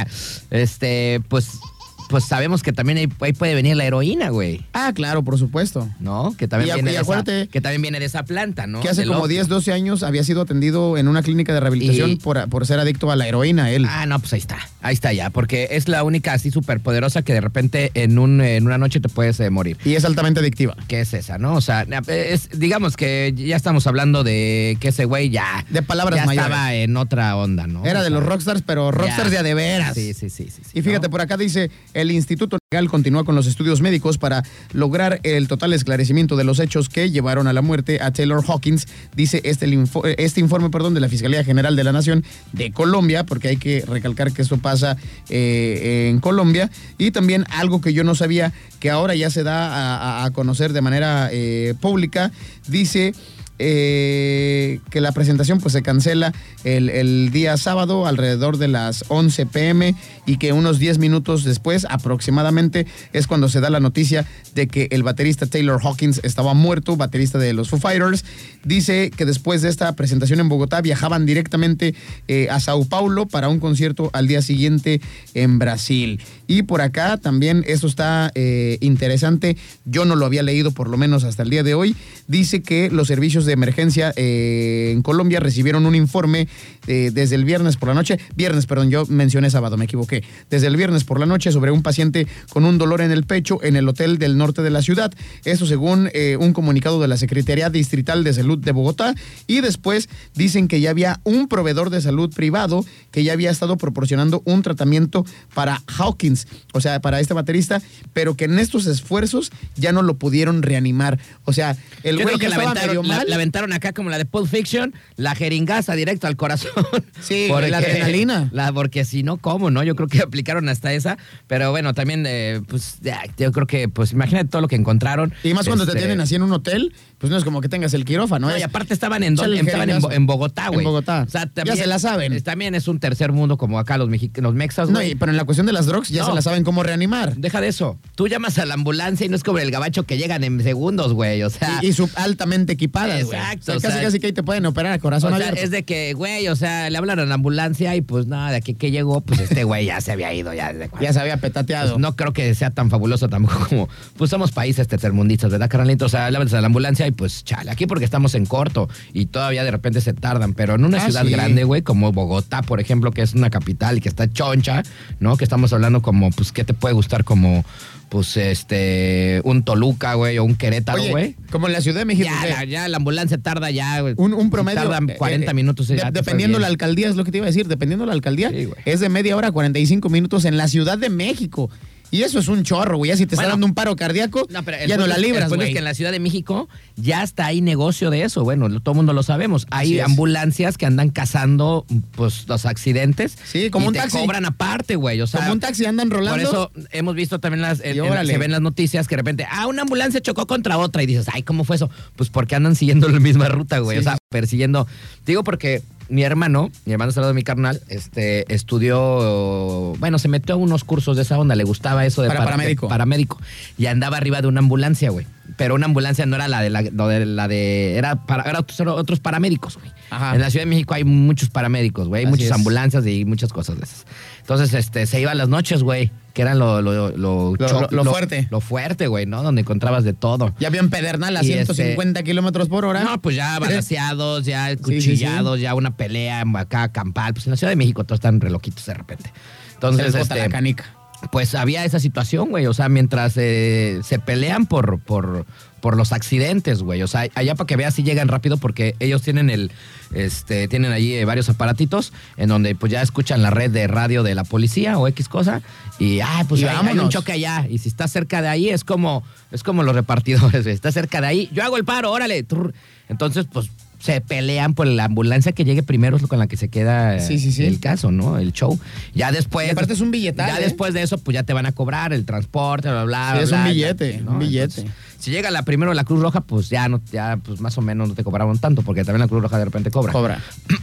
este, pues, pues sabemos que también ahí, ahí puede venir la heroína, güey. Ah, claro, por supuesto. ¿No? Que también, Y acu- viene y de esa, acuérdate que también viene de esa planta, ¿no? Que hace Del como opio. diez, doce años había sido atendido en una clínica de rehabilitación Y- por, por ser adicto a la heroína, él. Ah, no, pues ahí está. Ahí está ya. Porque es la única así súper poderosa que de repente en, un, en una noche te puedes eh, morir. Y es altamente adictiva. ¿Qué es esa, no? O sea, es, digamos que ya estamos hablando de que ese güey ya. De palabras ya mayores. estaba en otra onda, ¿no? Era O de sea, los rockstars, pero rockstars ya. de a de veras. Sí, sí, sí, sí. sí, Y fíjate, ¿no? por acá dice, el Instituto Legal continúa con los estudios médicos para lograr el total esclarecimiento de los hechos que llevaron a la muerte a Taylor Hawkins, dice este, el info- este informe perdón, de la Fiscalía General de la Nación de Colombia, porque hay que recalcar que esto pasa eh, en Colombia, y también algo que yo no sabía, que ahora ya se da a, a- a conocer de manera eh, pública, dice... eh, que la presentación pues se cancela el, el día sábado alrededor de las once pe eme y que unos diez minutos después aproximadamente es cuando se da la noticia de que el baterista Taylor Hawkins estaba muerto, baterista de los Foo Fighters. Dice que después de esta presentación en Bogotá viajaban directamente eh, a Sao Paulo para un concierto al día siguiente en Brasil. Y por acá también eso está eh, interesante, yo no lo había leído por lo menos hasta el día de hoy. Dice que los servicios de emergencia eh, en Colombia recibieron un informe eh, desde el viernes por la noche, viernes, perdón, yo mencioné sábado, me equivoqué, desde el viernes por la noche sobre un paciente con un dolor en el pecho en el hotel del norte de la ciudad. Eso según eh, un comunicado de la Secretaría Distrital de Salud de Bogotá. Y después dicen que ya había un proveedor de salud privado que ya había estado proporcionando un tratamiento para Hawkins, o sea, para este baterista, pero que en estos esfuerzos ya no lo pudieron reanimar. O sea, el Yo güey creo que ya la estaba aventaron, medio la, mal. la aventaron acá como la de Pulp Fiction, la jeringaza directo al corazón. Sí, porque, la adrenalina. La, porque si no, ¿cómo, no? Yo creo que aplicaron hasta esa. Pero bueno, también, eh, pues, ya, yo creo que, pues, imagínate todo lo que encontraron. Y más cuando este, te tienen así en un hotel, pues no es como que tengas el quirófano. No, es, y aparte estaban en, échale el estaban en, Bo- jeringazo. en Bogotá, güey. En Bogotá. O sea, también, ya se la saben. es- También es un tercer mundo como acá los, mexi- los mexas, No, güey. y- pero en la cuestión de las drogas ya No. se la saben cómo reanimar. Deja de eso. Tú llamas a la ambulancia y no es como el gabacho que llegan en segundos, güey. O sea, Y, y sub altamente equipadas, güey. Exacto, O sea, o casi, sea, casi que ahí te pueden operar a corazón o sea, abierto. es de que, güey, o sea, le hablan a la ambulancia y pues nada, de aquí que llegó, pues este güey ya se había ido ya desde cuando. Ya se había petateado. Pues no creo que sea tan fabuloso tampoco como, pues somos países tercermundistas, ¿verdad, carnalito? O sea, le hablas a la ambulancia y pues chale, aquí porque estamos en corto y todavía de repente se tardan, pero en una Ah, ciudad sí. grande, güey, como Bogotá, por ejemplo, que es una capital y que está choncha, ¿no? Que estamos hablando como, pues, ¿qué te puede gustar? Como, pues, este, un Toluca, güey, o un Querétaro, Oye, güey. como en la Ciudad de México. Ya, ¿qué? la, ya la ambulancia tarda ya, güey. Un, un Si promedio. tardan eh, cuarenta eh, minutos. de- ya te fue dependiendo bien. la alcaldía, es lo que te iba a decir. Dependiendo la alcaldía, Sí, güey. es de media hora a cuarenta y cinco minutos en la Ciudad de México. Y eso es un chorro, güey. Ya si te está Bueno. dando un paro cardíaco, No, pero el ya no punto la es- libras, el punto es güey. que en la Ciudad de México ya está ahí negocio de eso. Bueno, lo- todo el mundo lo sabemos. Hay Así es. ambulancias que andan cazando pues los accidentes. Sí, como y un te taxi. cobran aparte, güey. O sea, Como un taxi andan rolando. Por eso hemos visto también las, en- Y en- órale. se ven las noticias que de repente, ah, una ambulancia chocó contra otra y dices, ay, ¿cómo fue eso? Pues porque andan siguiendo la misma ruta, güey. Sí, o sea, sí. persiguiendo. Digo porque mi hermano, mi hermano saludo de mi carnal, este, estudió, bueno, se metió a unos cursos de esa onda, le gustaba eso de Para para- paramédico. paramédico. Y andaba arriba de una ambulancia, güey. Pero una ambulancia no era la de la, lo de, la de era para era otros, otros paramédicos, güey. Ajá. En la Ciudad de México hay muchos paramédicos, güey, hay Así muchas es. ambulancias y muchas cosas de esas. Entonces, este, se iba a las noches, güey, que eran lo lo lo, Lo- cho- lo- lo fuerte. Lo fuerte, güey, ¿no? Donde encontrabas de todo. Ya vio en Pedernal a Y ciento cincuenta kilómetros por hora. No, pues ya balanceados, ya sí, sí. cuchillados, ya una pelea acá campal. Pues en la Ciudad de México todos están reloquitos de repente. Se Entonces, les bota este, la canica. pues había esa situación, güey. O sea, mientras eh, se pelean por, por, por los accidentes, güey. O sea, allá para que veas si llegan rápido porque ellos tienen el, este, tienen allí eh, varios aparatitos en donde pues ya escuchan la red de radio de la policía o X cosa y, ah, pues Y hay, hay un vámonos. choque allá. Y si está cerca de ahí es como, es como los repartidores, güey. Está cerca de ahí, yo hago el paro, órale. Trrr. Entonces, pues se pelean por la ambulancia que llegue primero es lo con la que se queda eh, Sí, sí, sí. el caso, ¿no? El show. Ya después. Y aparte es un billetal, Ya ¿eh? después de eso, pues ya te van a cobrar el transporte, bla, bla, Sí, bla. es bla, un bla, billete, ¿no? un billete. Entonces, si llega la primero la Cruz Roja, pues ya no, ya pues más o menos no te cobraban tanto, porque también la Cruz Roja de repente cobra. Cobra.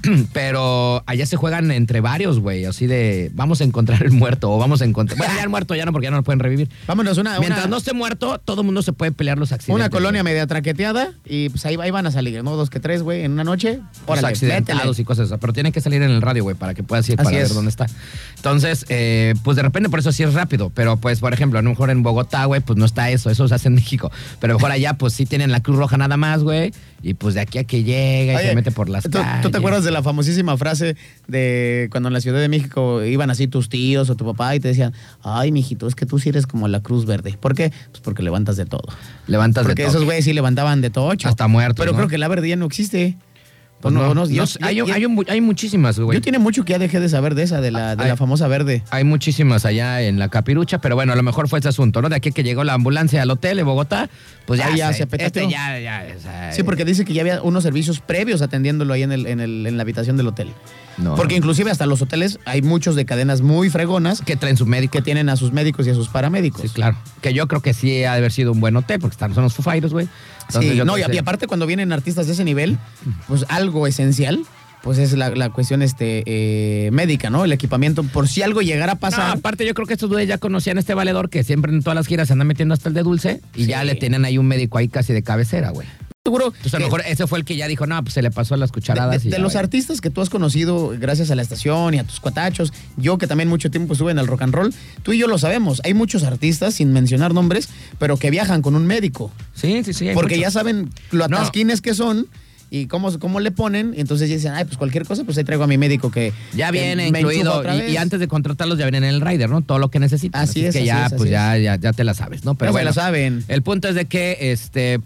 Pero allá se juegan entre varios, güey, así de vamos a encontrar el muerto o vamos a encontrar. Bueno, ya el muerto ya no, porque ya no lo pueden revivir. Vámonos, una, Mientras una, no esté muerto, todo el mundo se puede pelear los accidentes. una colonia güey. media traqueteada y pues ahí, ahí van a salir, ¿no? Dos que tres, güey, en una noche. Los Órale, accidentados métele. y cosas así. Pero tienen que salir en el radio, güey, para que puedas ir Así para es. ver dónde está. Entonces, eh, pues de repente por eso sí es rápido. Pero pues, por ejemplo, a lo mejor en Bogotá, güey, pues no está eso. Eso se hace en México. Pero a lo mejor allá, pues sí tienen la Cruz Roja nada más, güey. Y pues de aquí a que llega y Oye, se mete por las ¿tú, calles. ¿Tú te acuerdas de la famosísima frase de cuando en la Ciudad de México iban así tus tíos o tu papá y te decían, ay, mijito, es que tú sí eres como la Cruz Verde? ¿Por qué? Pues porque levantas de todo. Levantas Porque de todo. esos güeyes sí levantaban de tocho. Hasta muertos, Pero ¿no? creo que la verde ya no existe. Pues no, no, no, no, yo- hay, yo- hay, un- hay muchísimas, güey. Yo tiene mucho que ya dejé de saber de esa, de la, de Ay. la famosa verde. Hay muchísimas allá en la Capirucha, pero bueno, a lo mejor fue ese asunto, ¿no? De aquí que llegó la ambulancia al hotel de Bogotá, pues ya, Ahí ya se, se petateó. este ya, ya, o sea, Sí, porque dice que ya había unos servicios previos atendiéndolo ahí en, el, en, el, en la habitación del hotel. no, Porque inclusive hasta los hoteles hay muchos de cadenas muy fregonas que traen su médico. que tienen a sus médicos y a sus paramédicos. Sí, claro. Que yo creo que sí ha de haber sido un buen hotel, porque están, son los fufairos, güey. Entonces, Sí, yo no, y, creo que- y aparte cuando vienen artistas de ese nivel, pues algo esencial, pues es la, la cuestión este eh, médica, ¿no? El equipamiento, por si algo llegara a No, pasar. aparte yo creo que estos güeyes ya conocían a este valedor que siempre en todas las giras se anda metiendo hasta el de dulce y Sí. ya le tienen ahí un médico ahí casi de cabecera, güey. seguro Entonces a que- lo mejor ese fue el que ya dijo, no, pues se le pasó a las de, cucharadas. de- y de ya, los güey. artistas que tú has conocido gracias a la estación y a tus cuatachos, yo que también mucho tiempo estuve en el rock and roll, tú y yo lo sabemos, hay muchos artistas, sin mencionar nombres, pero que viajan con un médico, Sí, sí, sí. hay porque muchos. ya saben lo No. atasquines que son y cómo, cómo le ponen, y entonces ya dicen, ay, pues cualquier cosa, pues ahí traigo a mi médico que Ya que viene me enchufa incluido otra y, vez. y antes de contratarlos ya vienen en el rider, ¿no? Todo lo que necesitas. Así es, que así ya, es, así pues es. ya, ya, ya te la sabes, ¿no? Pero Pero se bueno, lo saben. el punto es de que, este, pues,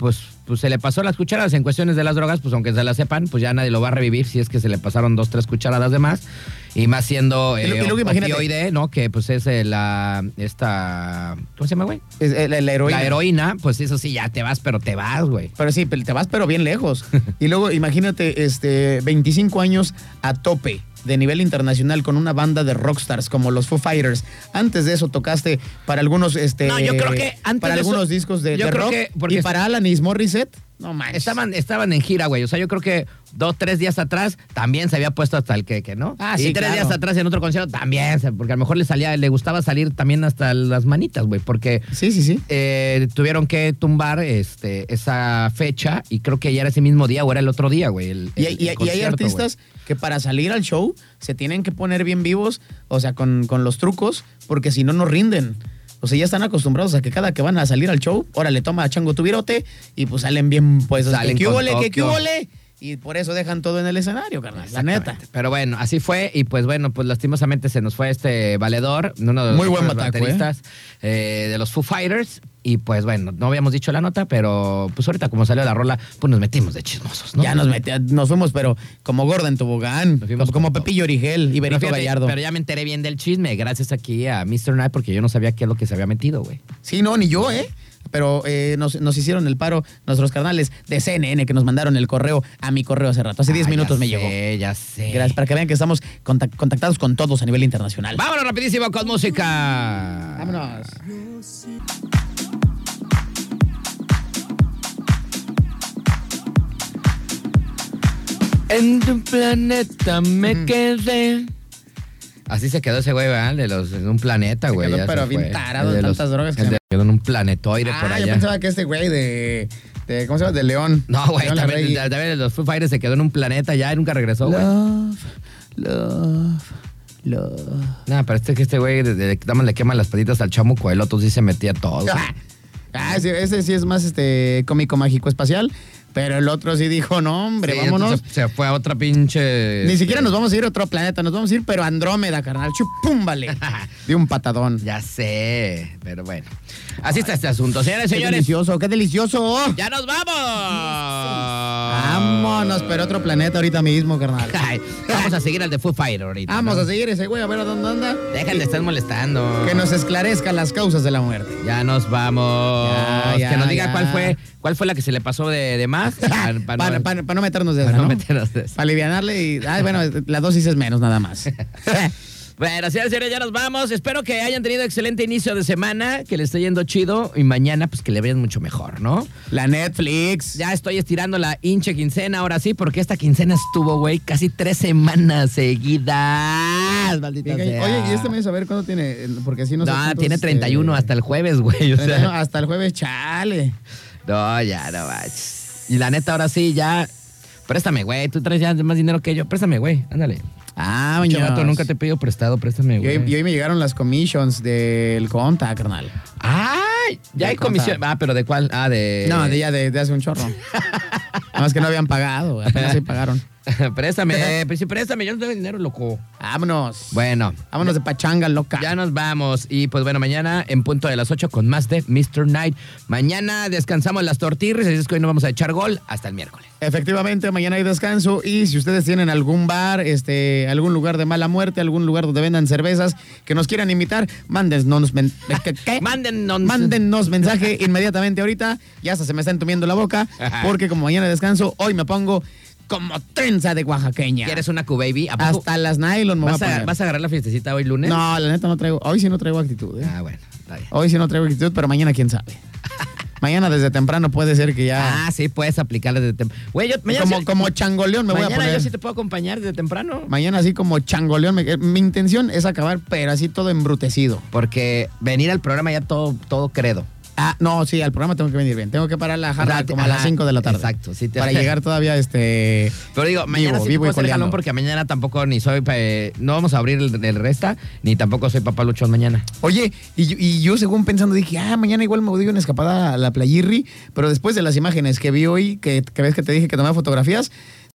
pues se le pasó las cucharadas en cuestiones de las drogas, pues aunque se las sepan, pues ya nadie lo va a revivir si es que se le pasaron dos, tres cucharadas de más. Y más siendo Y lo- eh, y luego imagínate- opioide, ¿no? Que pues es eh, la, esta, ¿cómo se llama, güey? Es, eh, la, la heroína. La heroína, pues eso sí, ya te vas, pero te vas, güey. Pero sí, pero te vas pero bien lejos. Y luego imagínate, este, veinticinco años a tope de nivel internacional con una banda de rockstars como los Foo Fighters. Antes de eso tocaste para algunos, este, No, yo creo que antes para de eso- algunos discos de, yo de creo rock que- porque y est- para Alanis Morissette, no manches. Estaban, estaban en gira, güey. O sea, yo creo que dos, tres días atrás también se había puesto hasta el queque, ¿no? Ah, y sí, tres claro. días atrás en otro concierto también, se- porque a lo mejor le salía, le gustaba salir también hasta las manitas, güey, porque Sí, sí, sí. eh, tuvieron que tumbar este, esa fecha y creo que ya era ese mismo día o era el otro día, güey. el- Y, el- hay- y hay- y el hay concierto, artistas que para salir al show se tienen que poner bien vivos, o sea, con, con los trucos, porque si no, no rinden. O sea, ya están acostumbrados a que cada que van a salir al show, órale, toma chango tu virote y pues salen bien, pues, Salen que qué con hubole, que qué Tokio. hubole. Y por eso dejan todo en el escenario, carnal, la neta. Exactamente. Pero bueno, así fue. Y pues bueno, pues lastimosamente se nos fue este valedor, uno de los Muy buen mejores bataco, bateristas eh, de los Foo Fighters. Y pues bueno, no habíamos dicho la nota, pero pues ahorita como salió la rola, pues nos metimos de chismosos, ¿no? Ya nos, meti- nos fuimos, pero como gorda en tobogán, Nos fuimos como, como con todo. Pepillo Origel y Pero, Benito fíjate, Gallardo. pero ya me enteré bien del chisme, gracias aquí a mister Knight, porque yo no sabía qué es lo que se había metido, güey. Sí, no, ni yo, ¿eh? Pero eh, nos, nos hicieron el paro nuestros carnales de C N N que nos mandaron el correo a mi correo hace rato. Hace diez Ah, minutos ya me sé, llegó. ya sé. Gracias, para que vean que estamos contac- contactados con todos a nivel internacional. Vámonos rapidísimo con música. Vámonos. En tu planeta me quedé. Así se quedó ese güey, ¿verdad? De los, en un planeta, güey. quedó, ya pero se bien fue. tarado El de los- tantas drogas que el se de- quedó en un planetoide por Ah, yo allá. pensaba que este güey de, de. ¿Cómo se llama? De León. No, güey, León también, Larregui. también los Foo Fighters se quedó en un planeta ya y nunca regresó, güey. Love, love, love. No, pero este que este güey, desde que nada más le queman las patitas al chamuco, el otro sí se metía todo. Ah, ah, sí, ese sí es más este cómico mágico espacial. Pero el otro sí dijo, no, hombre, Sí, vámonos. entonces Se fue a otra pinche. Ni siquiera nos vamos a ir a otro planeta, nos vamos a ir, pero a Andrómeda, carnal. Chupum, vale. De un patadón. Ya sé, pero bueno. Así está este asunto. Señores, Qué señores. delicioso, qué delicioso. ¡Ya nos vamos! Vámonos, pero otro planeta ahorita mismo, carnal. Ay, vamos a seguir al de Foo Fighter ahorita. Vamos ¿no? a seguir ese güey, a ver a dónde anda. Dejen de estar molestando. Que nos esclarezca las causas de la muerte. Ya nos vamos. Ya, ya, que nos diga ya. cuál fue, cuál fue la que se le pasó de, de más. Para, Para no, no meternos de para esa, no ¿no? meternos de eso. Para alivianarle y... Ay, bueno, la dosis es menos, nada más. Bueno, señores, señores, ya nos vamos. Espero que hayan tenido excelente inicio de semana, que les esté yendo chido y mañana pues que le vean mucho mejor, ¿no? La Netflix. Ya estoy estirando la hinche quincena ahora sí, porque esta quincena estuvo, güey, casi tres semanas seguidas. Maldita Oye, sea. y este mes, a ver, ¿cuándo tiene? Porque así no sé No, cuántos, tiene treinta y uno este, hasta el jueves, güey. O treinta y uno sea, hasta el jueves, chale. no, ya no manches. Y la neta, ahora sí, ya. Préstame, güey. Tú traes ya más dinero que yo. Préstame, güey. Ándale. Ah, Pinche muñoz. vato, nunca te he pedido prestado. Préstame, Y güey. hoy, y hoy me llegaron las commissions del Conta, carnal. ¡Ay! Ya De hay comisión. Conta. Ah, pero ¿de cuál? Ah, de. No, de ya de, de hace un chorro. Nada más que no habían pagado, güey, apenas ahí pagaron. préstame, pues sí, préstame. Yo no tengo dinero, loco. Vámonos. Bueno. Vámonos de pachanga, loca. Ya nos vamos. Y pues bueno, mañana en punto de las ocho con más de mister Knight. Mañana descansamos las tortillas, así es que hoy no vamos a echar gol hasta el miércoles. Efectivamente, mañana hay descanso y si ustedes tienen algún bar, este, algún lugar de mala muerte, algún lugar donde vendan cervezas que nos quieran invitar, mándennos, men- ¿qué? ¿Qué? Mándennos. Mándennos mensaje inmediatamente ahorita. Ya hasta se me está entumiendo la boca porque como mañana descanso, hoy me pongo como trenza de oaxaqueña. ¿Quieres una Q-Baby? ¿A poco Hasta las nylon me voy a vas a, poner. vas a agarrar la fiestecita hoy lunes? No, la neta no traigo. Hoy sí no traigo actitud. ¿eh? Ah, bueno, está bien. Hoy sí no traigo actitud, pero mañana quién sabe. Mañana desde temprano puede ser que ya. Ah, sí, puedes aplicarle desde temprano. Güey, yo mañana, como, sí, como changoleón me voy a mañana poner. yo sí te puedo acompañar desde temprano. Mañana así como changoleón. me- Mi intención es acabar, pero así todo embrutecido. Porque venir al programa ya todo, todo credo. Ah, no, sí, al programa tengo que venir bien. Tengo que parar la jarra O sea, como a las ajá, cinco de la tarde. exacto, sí te- Para llegar todavía, este... Pero digo, mañana Vivo, sí vivo y te puedo hacer coleando. jalón porque mañana tampoco ni soy... eh, no vamos a abrir el, el resta, ni tampoco soy papá luchón mañana. Oye, y, yo- y yo según pensando dije, ah, mañana igual me doy una escapada a la Playirri, pero después de las imágenes que vi hoy, que, que ves que te dije que tomé fotografías,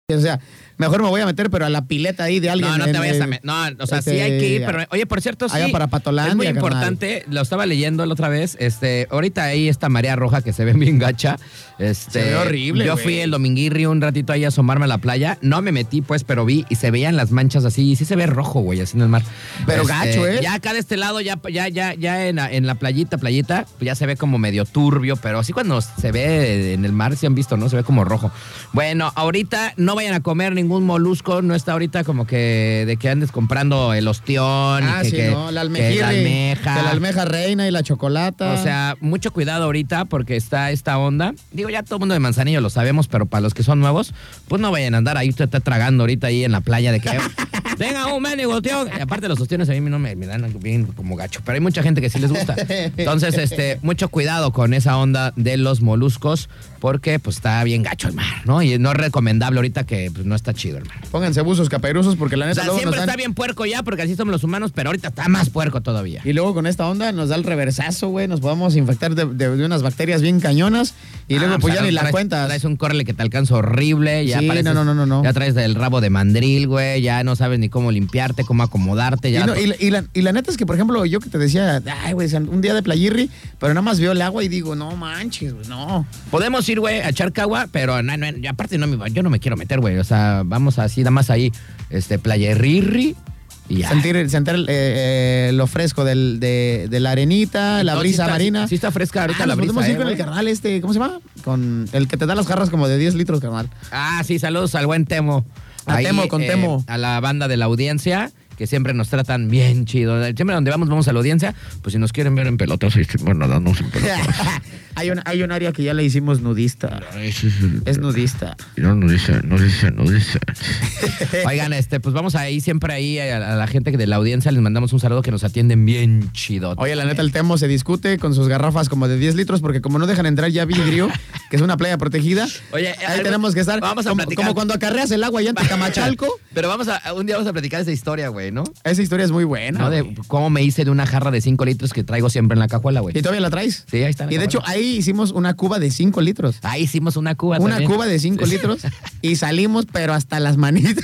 O sea, mejor me voy a meter, pero a la pileta ahí de alguien. No, no te en, vayas eh, a meter. No, o sea, este, sí hay que ir, pero oye, por cierto, sí. allá para Patolandia, es muy carnal. importante, lo estaba leyendo la otra vez. Este, ahorita ahí está María Roja que se ve bien gacha. Este, Se ve horrible, Yo güey. fui el dominguirri un ratito ahí a asomarme a la playa. No me metí, pues, pero vi y se veían las manchas así. Y sí se ve rojo, güey, así en el mar. Pero gacho, ¿eh? Ya acá de este lado, ya, ya, ya, ya en la, en la playita, playita, pues ya se ve como medio turbio, pero así cuando se ve en el mar, si han visto, ¿no? Se ve como rojo. Bueno, ahorita no vayan a comer ningún molusco, no está ahorita como que de que andes comprando el ostión. Ah, y que, sí, que- ¿no? La que almejirri. la almeja. Que la almeja reina y la chocolata. O sea, mucho cuidado ahorita porque está esta onda. Digo, ya todo el mundo de Manzanillo lo sabemos, pero para los que son nuevos, pues no vayan a andar ahí, usted está tragando ahorita ahí en la playa de que venga un mendigo ostión. Y aparte los ostiones a mí no me, me dan bien como gacho, pero hay mucha gente que sí les gusta. Entonces, este, mucho cuidado con esa onda de los moluscos porque pues está bien gacho el mar, ¿no? Y no es recomendable ahorita que pues, no está chido el mar. Pónganse buzos caperuzos porque la O neta sea, luego siempre nos dan- está bien puerco ya porque así somos los humanos, pero ahorita está más puerco todavía. Y luego con esta onda nos da el reversazo, güey. Nos podemos infectar de, de- de unas bacterias bien cañonas. Y Ah, luego pues ya traes- ni la traes- cuentas. Traes un córrele que te alcanza horrible. Ya Sí, pareces- no, no, no, no, no. Ya traes el rabo de mandril, güey. Ya no sabes ni cómo limpiarte, cómo acomodarte. Ya Y, no, la- y la, y la- y la neta es que, por ejemplo, yo que te decía, ay, güey, un día de playirri, pero nada más veo el agua y digo, no manches, güey, no. Podemos ir, güey, a echar cagua, pero no, no, y aparte no me, yo no me quiero meter, güey. O sea, vamos así, nada más ahí, este, playerrirri y ya. Sentir, sentir eh, eh, lo fresco del, de, de la arenita, la No, sí brisa está- marina. Sí, sí está fresca ahorita Ah, la nos brisa, podemos ir eh, con el güey. carnal este, ¿cómo se llama? Con el que te da las jarras como de diez litros, carnal. Ah, sí, saludos al buen Temo. A Temo, con Temo. A la banda de la audiencia, que siempre nos tratan bien chido. Siempre donde vamos, vamos a la audiencia. Pues si nos quieren ver en pelotas, ahí estamos nadando en pelotas. hay, un, hay un área que ya le hicimos nudista. Es nudista. No, no dice, no dice, no dice. Oigan, este, pues vamos ahí, siempre ahí a, a la gente de la audiencia les mandamos un saludo que nos atienden bien chido. Oye, la neta, el Temo se discute con sus garrafas como de diez litros porque como no dejan entrar ya vidrio, que es una playa protegida, Oye, ahí algo- tenemos que estar vamos a como, platicar. como cuando acarreas el agua allá en Tecamachalco. Pero vamos a, un día vamos a platicar esa historia, güey, ¿no? Esa historia es muy buena. ¿No? De güey. cómo me hice de una jarra de cinco litros que traigo siempre en la cajuela, güey. ¿Y todavía la traes? Sí, ahí está. en la Y de hecho, cajuela. ahí hicimos una cuba de cinco litros. Ahí hicimos una cuba Una también. cuba de cinco Sí. litros y salimos, pero hasta las manitas.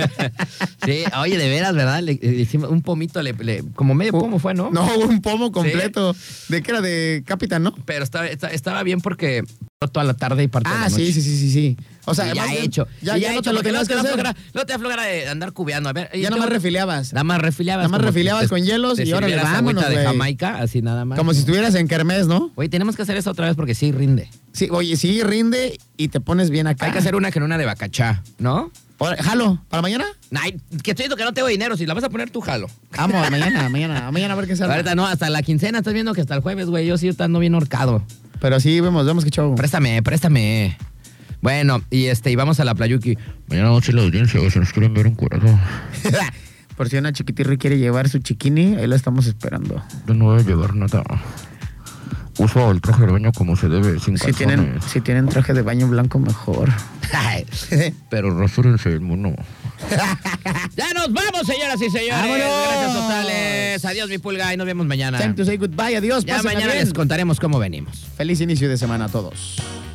Sí, oye, de veras, ¿verdad? Le, le hicimos un pomito, le, le- como medio pomo fue, ¿no? No, un pomo completo. ¿De qué era? De Capitán, ¿no? Pero estaba, estaba, estaba bien porque toda la tarde y parte de la Ah, noche. sí, sí, sí, sí, sí. O sea, Y ya más he bien, hecho. Ya, Y ya, he no hecho, te lo porque tenías que luego te hacer. da flojera- luego te da flojera de andar cubeando. A ver, Ya nomás refiliabas. Nada más refiliabas. Nada más como refiliabas te- con hielos te y órale, sirvieras vámonos, agüita de güey. Jamaica, así nada más. Como si estuvieras en Kermés, ¿no? Oye, tenemos que hacer eso otra vez porque sí rinde. Sí, oye, sí, rinde y te pones bien acá. Hay que hacer una que una de bacachá, ¿no? Órale, jalo, ¿para mañana? Ay, que estoy diciendo que no tengo dinero. Si la vas a poner tú, jalo. Vamos, mañana, mañana, mañana a ver qué sale. Ahorita no, hasta la quincena. Estás viendo que hasta el jueves, güey. Yo sí ando bien horcado. Pero sí, vemos, vemos qué show. Préstame, préstame. Bueno, y este, y vamos a la Playuki. Mañana noche la audiencia, si nos quieren ver encuadrado. Por si una chiquitirri quiere llevar su chiquini, ahí la estamos esperando. Yo no voy a llevar nada. Uso el traje de baño como se debe, sin Si calzones. tienen, si tienen traje de baño blanco, mejor. Pero rasúrense el mono. Ya nos vamos, señoras y señores. ¡Vámonos! Gracias totales. Adiós, mi pulga, y nos vemos mañana. Time to say goodbye, adiós, Ya pásenla mañana bien. les contaremos cómo venimos. Feliz inicio de semana a todos.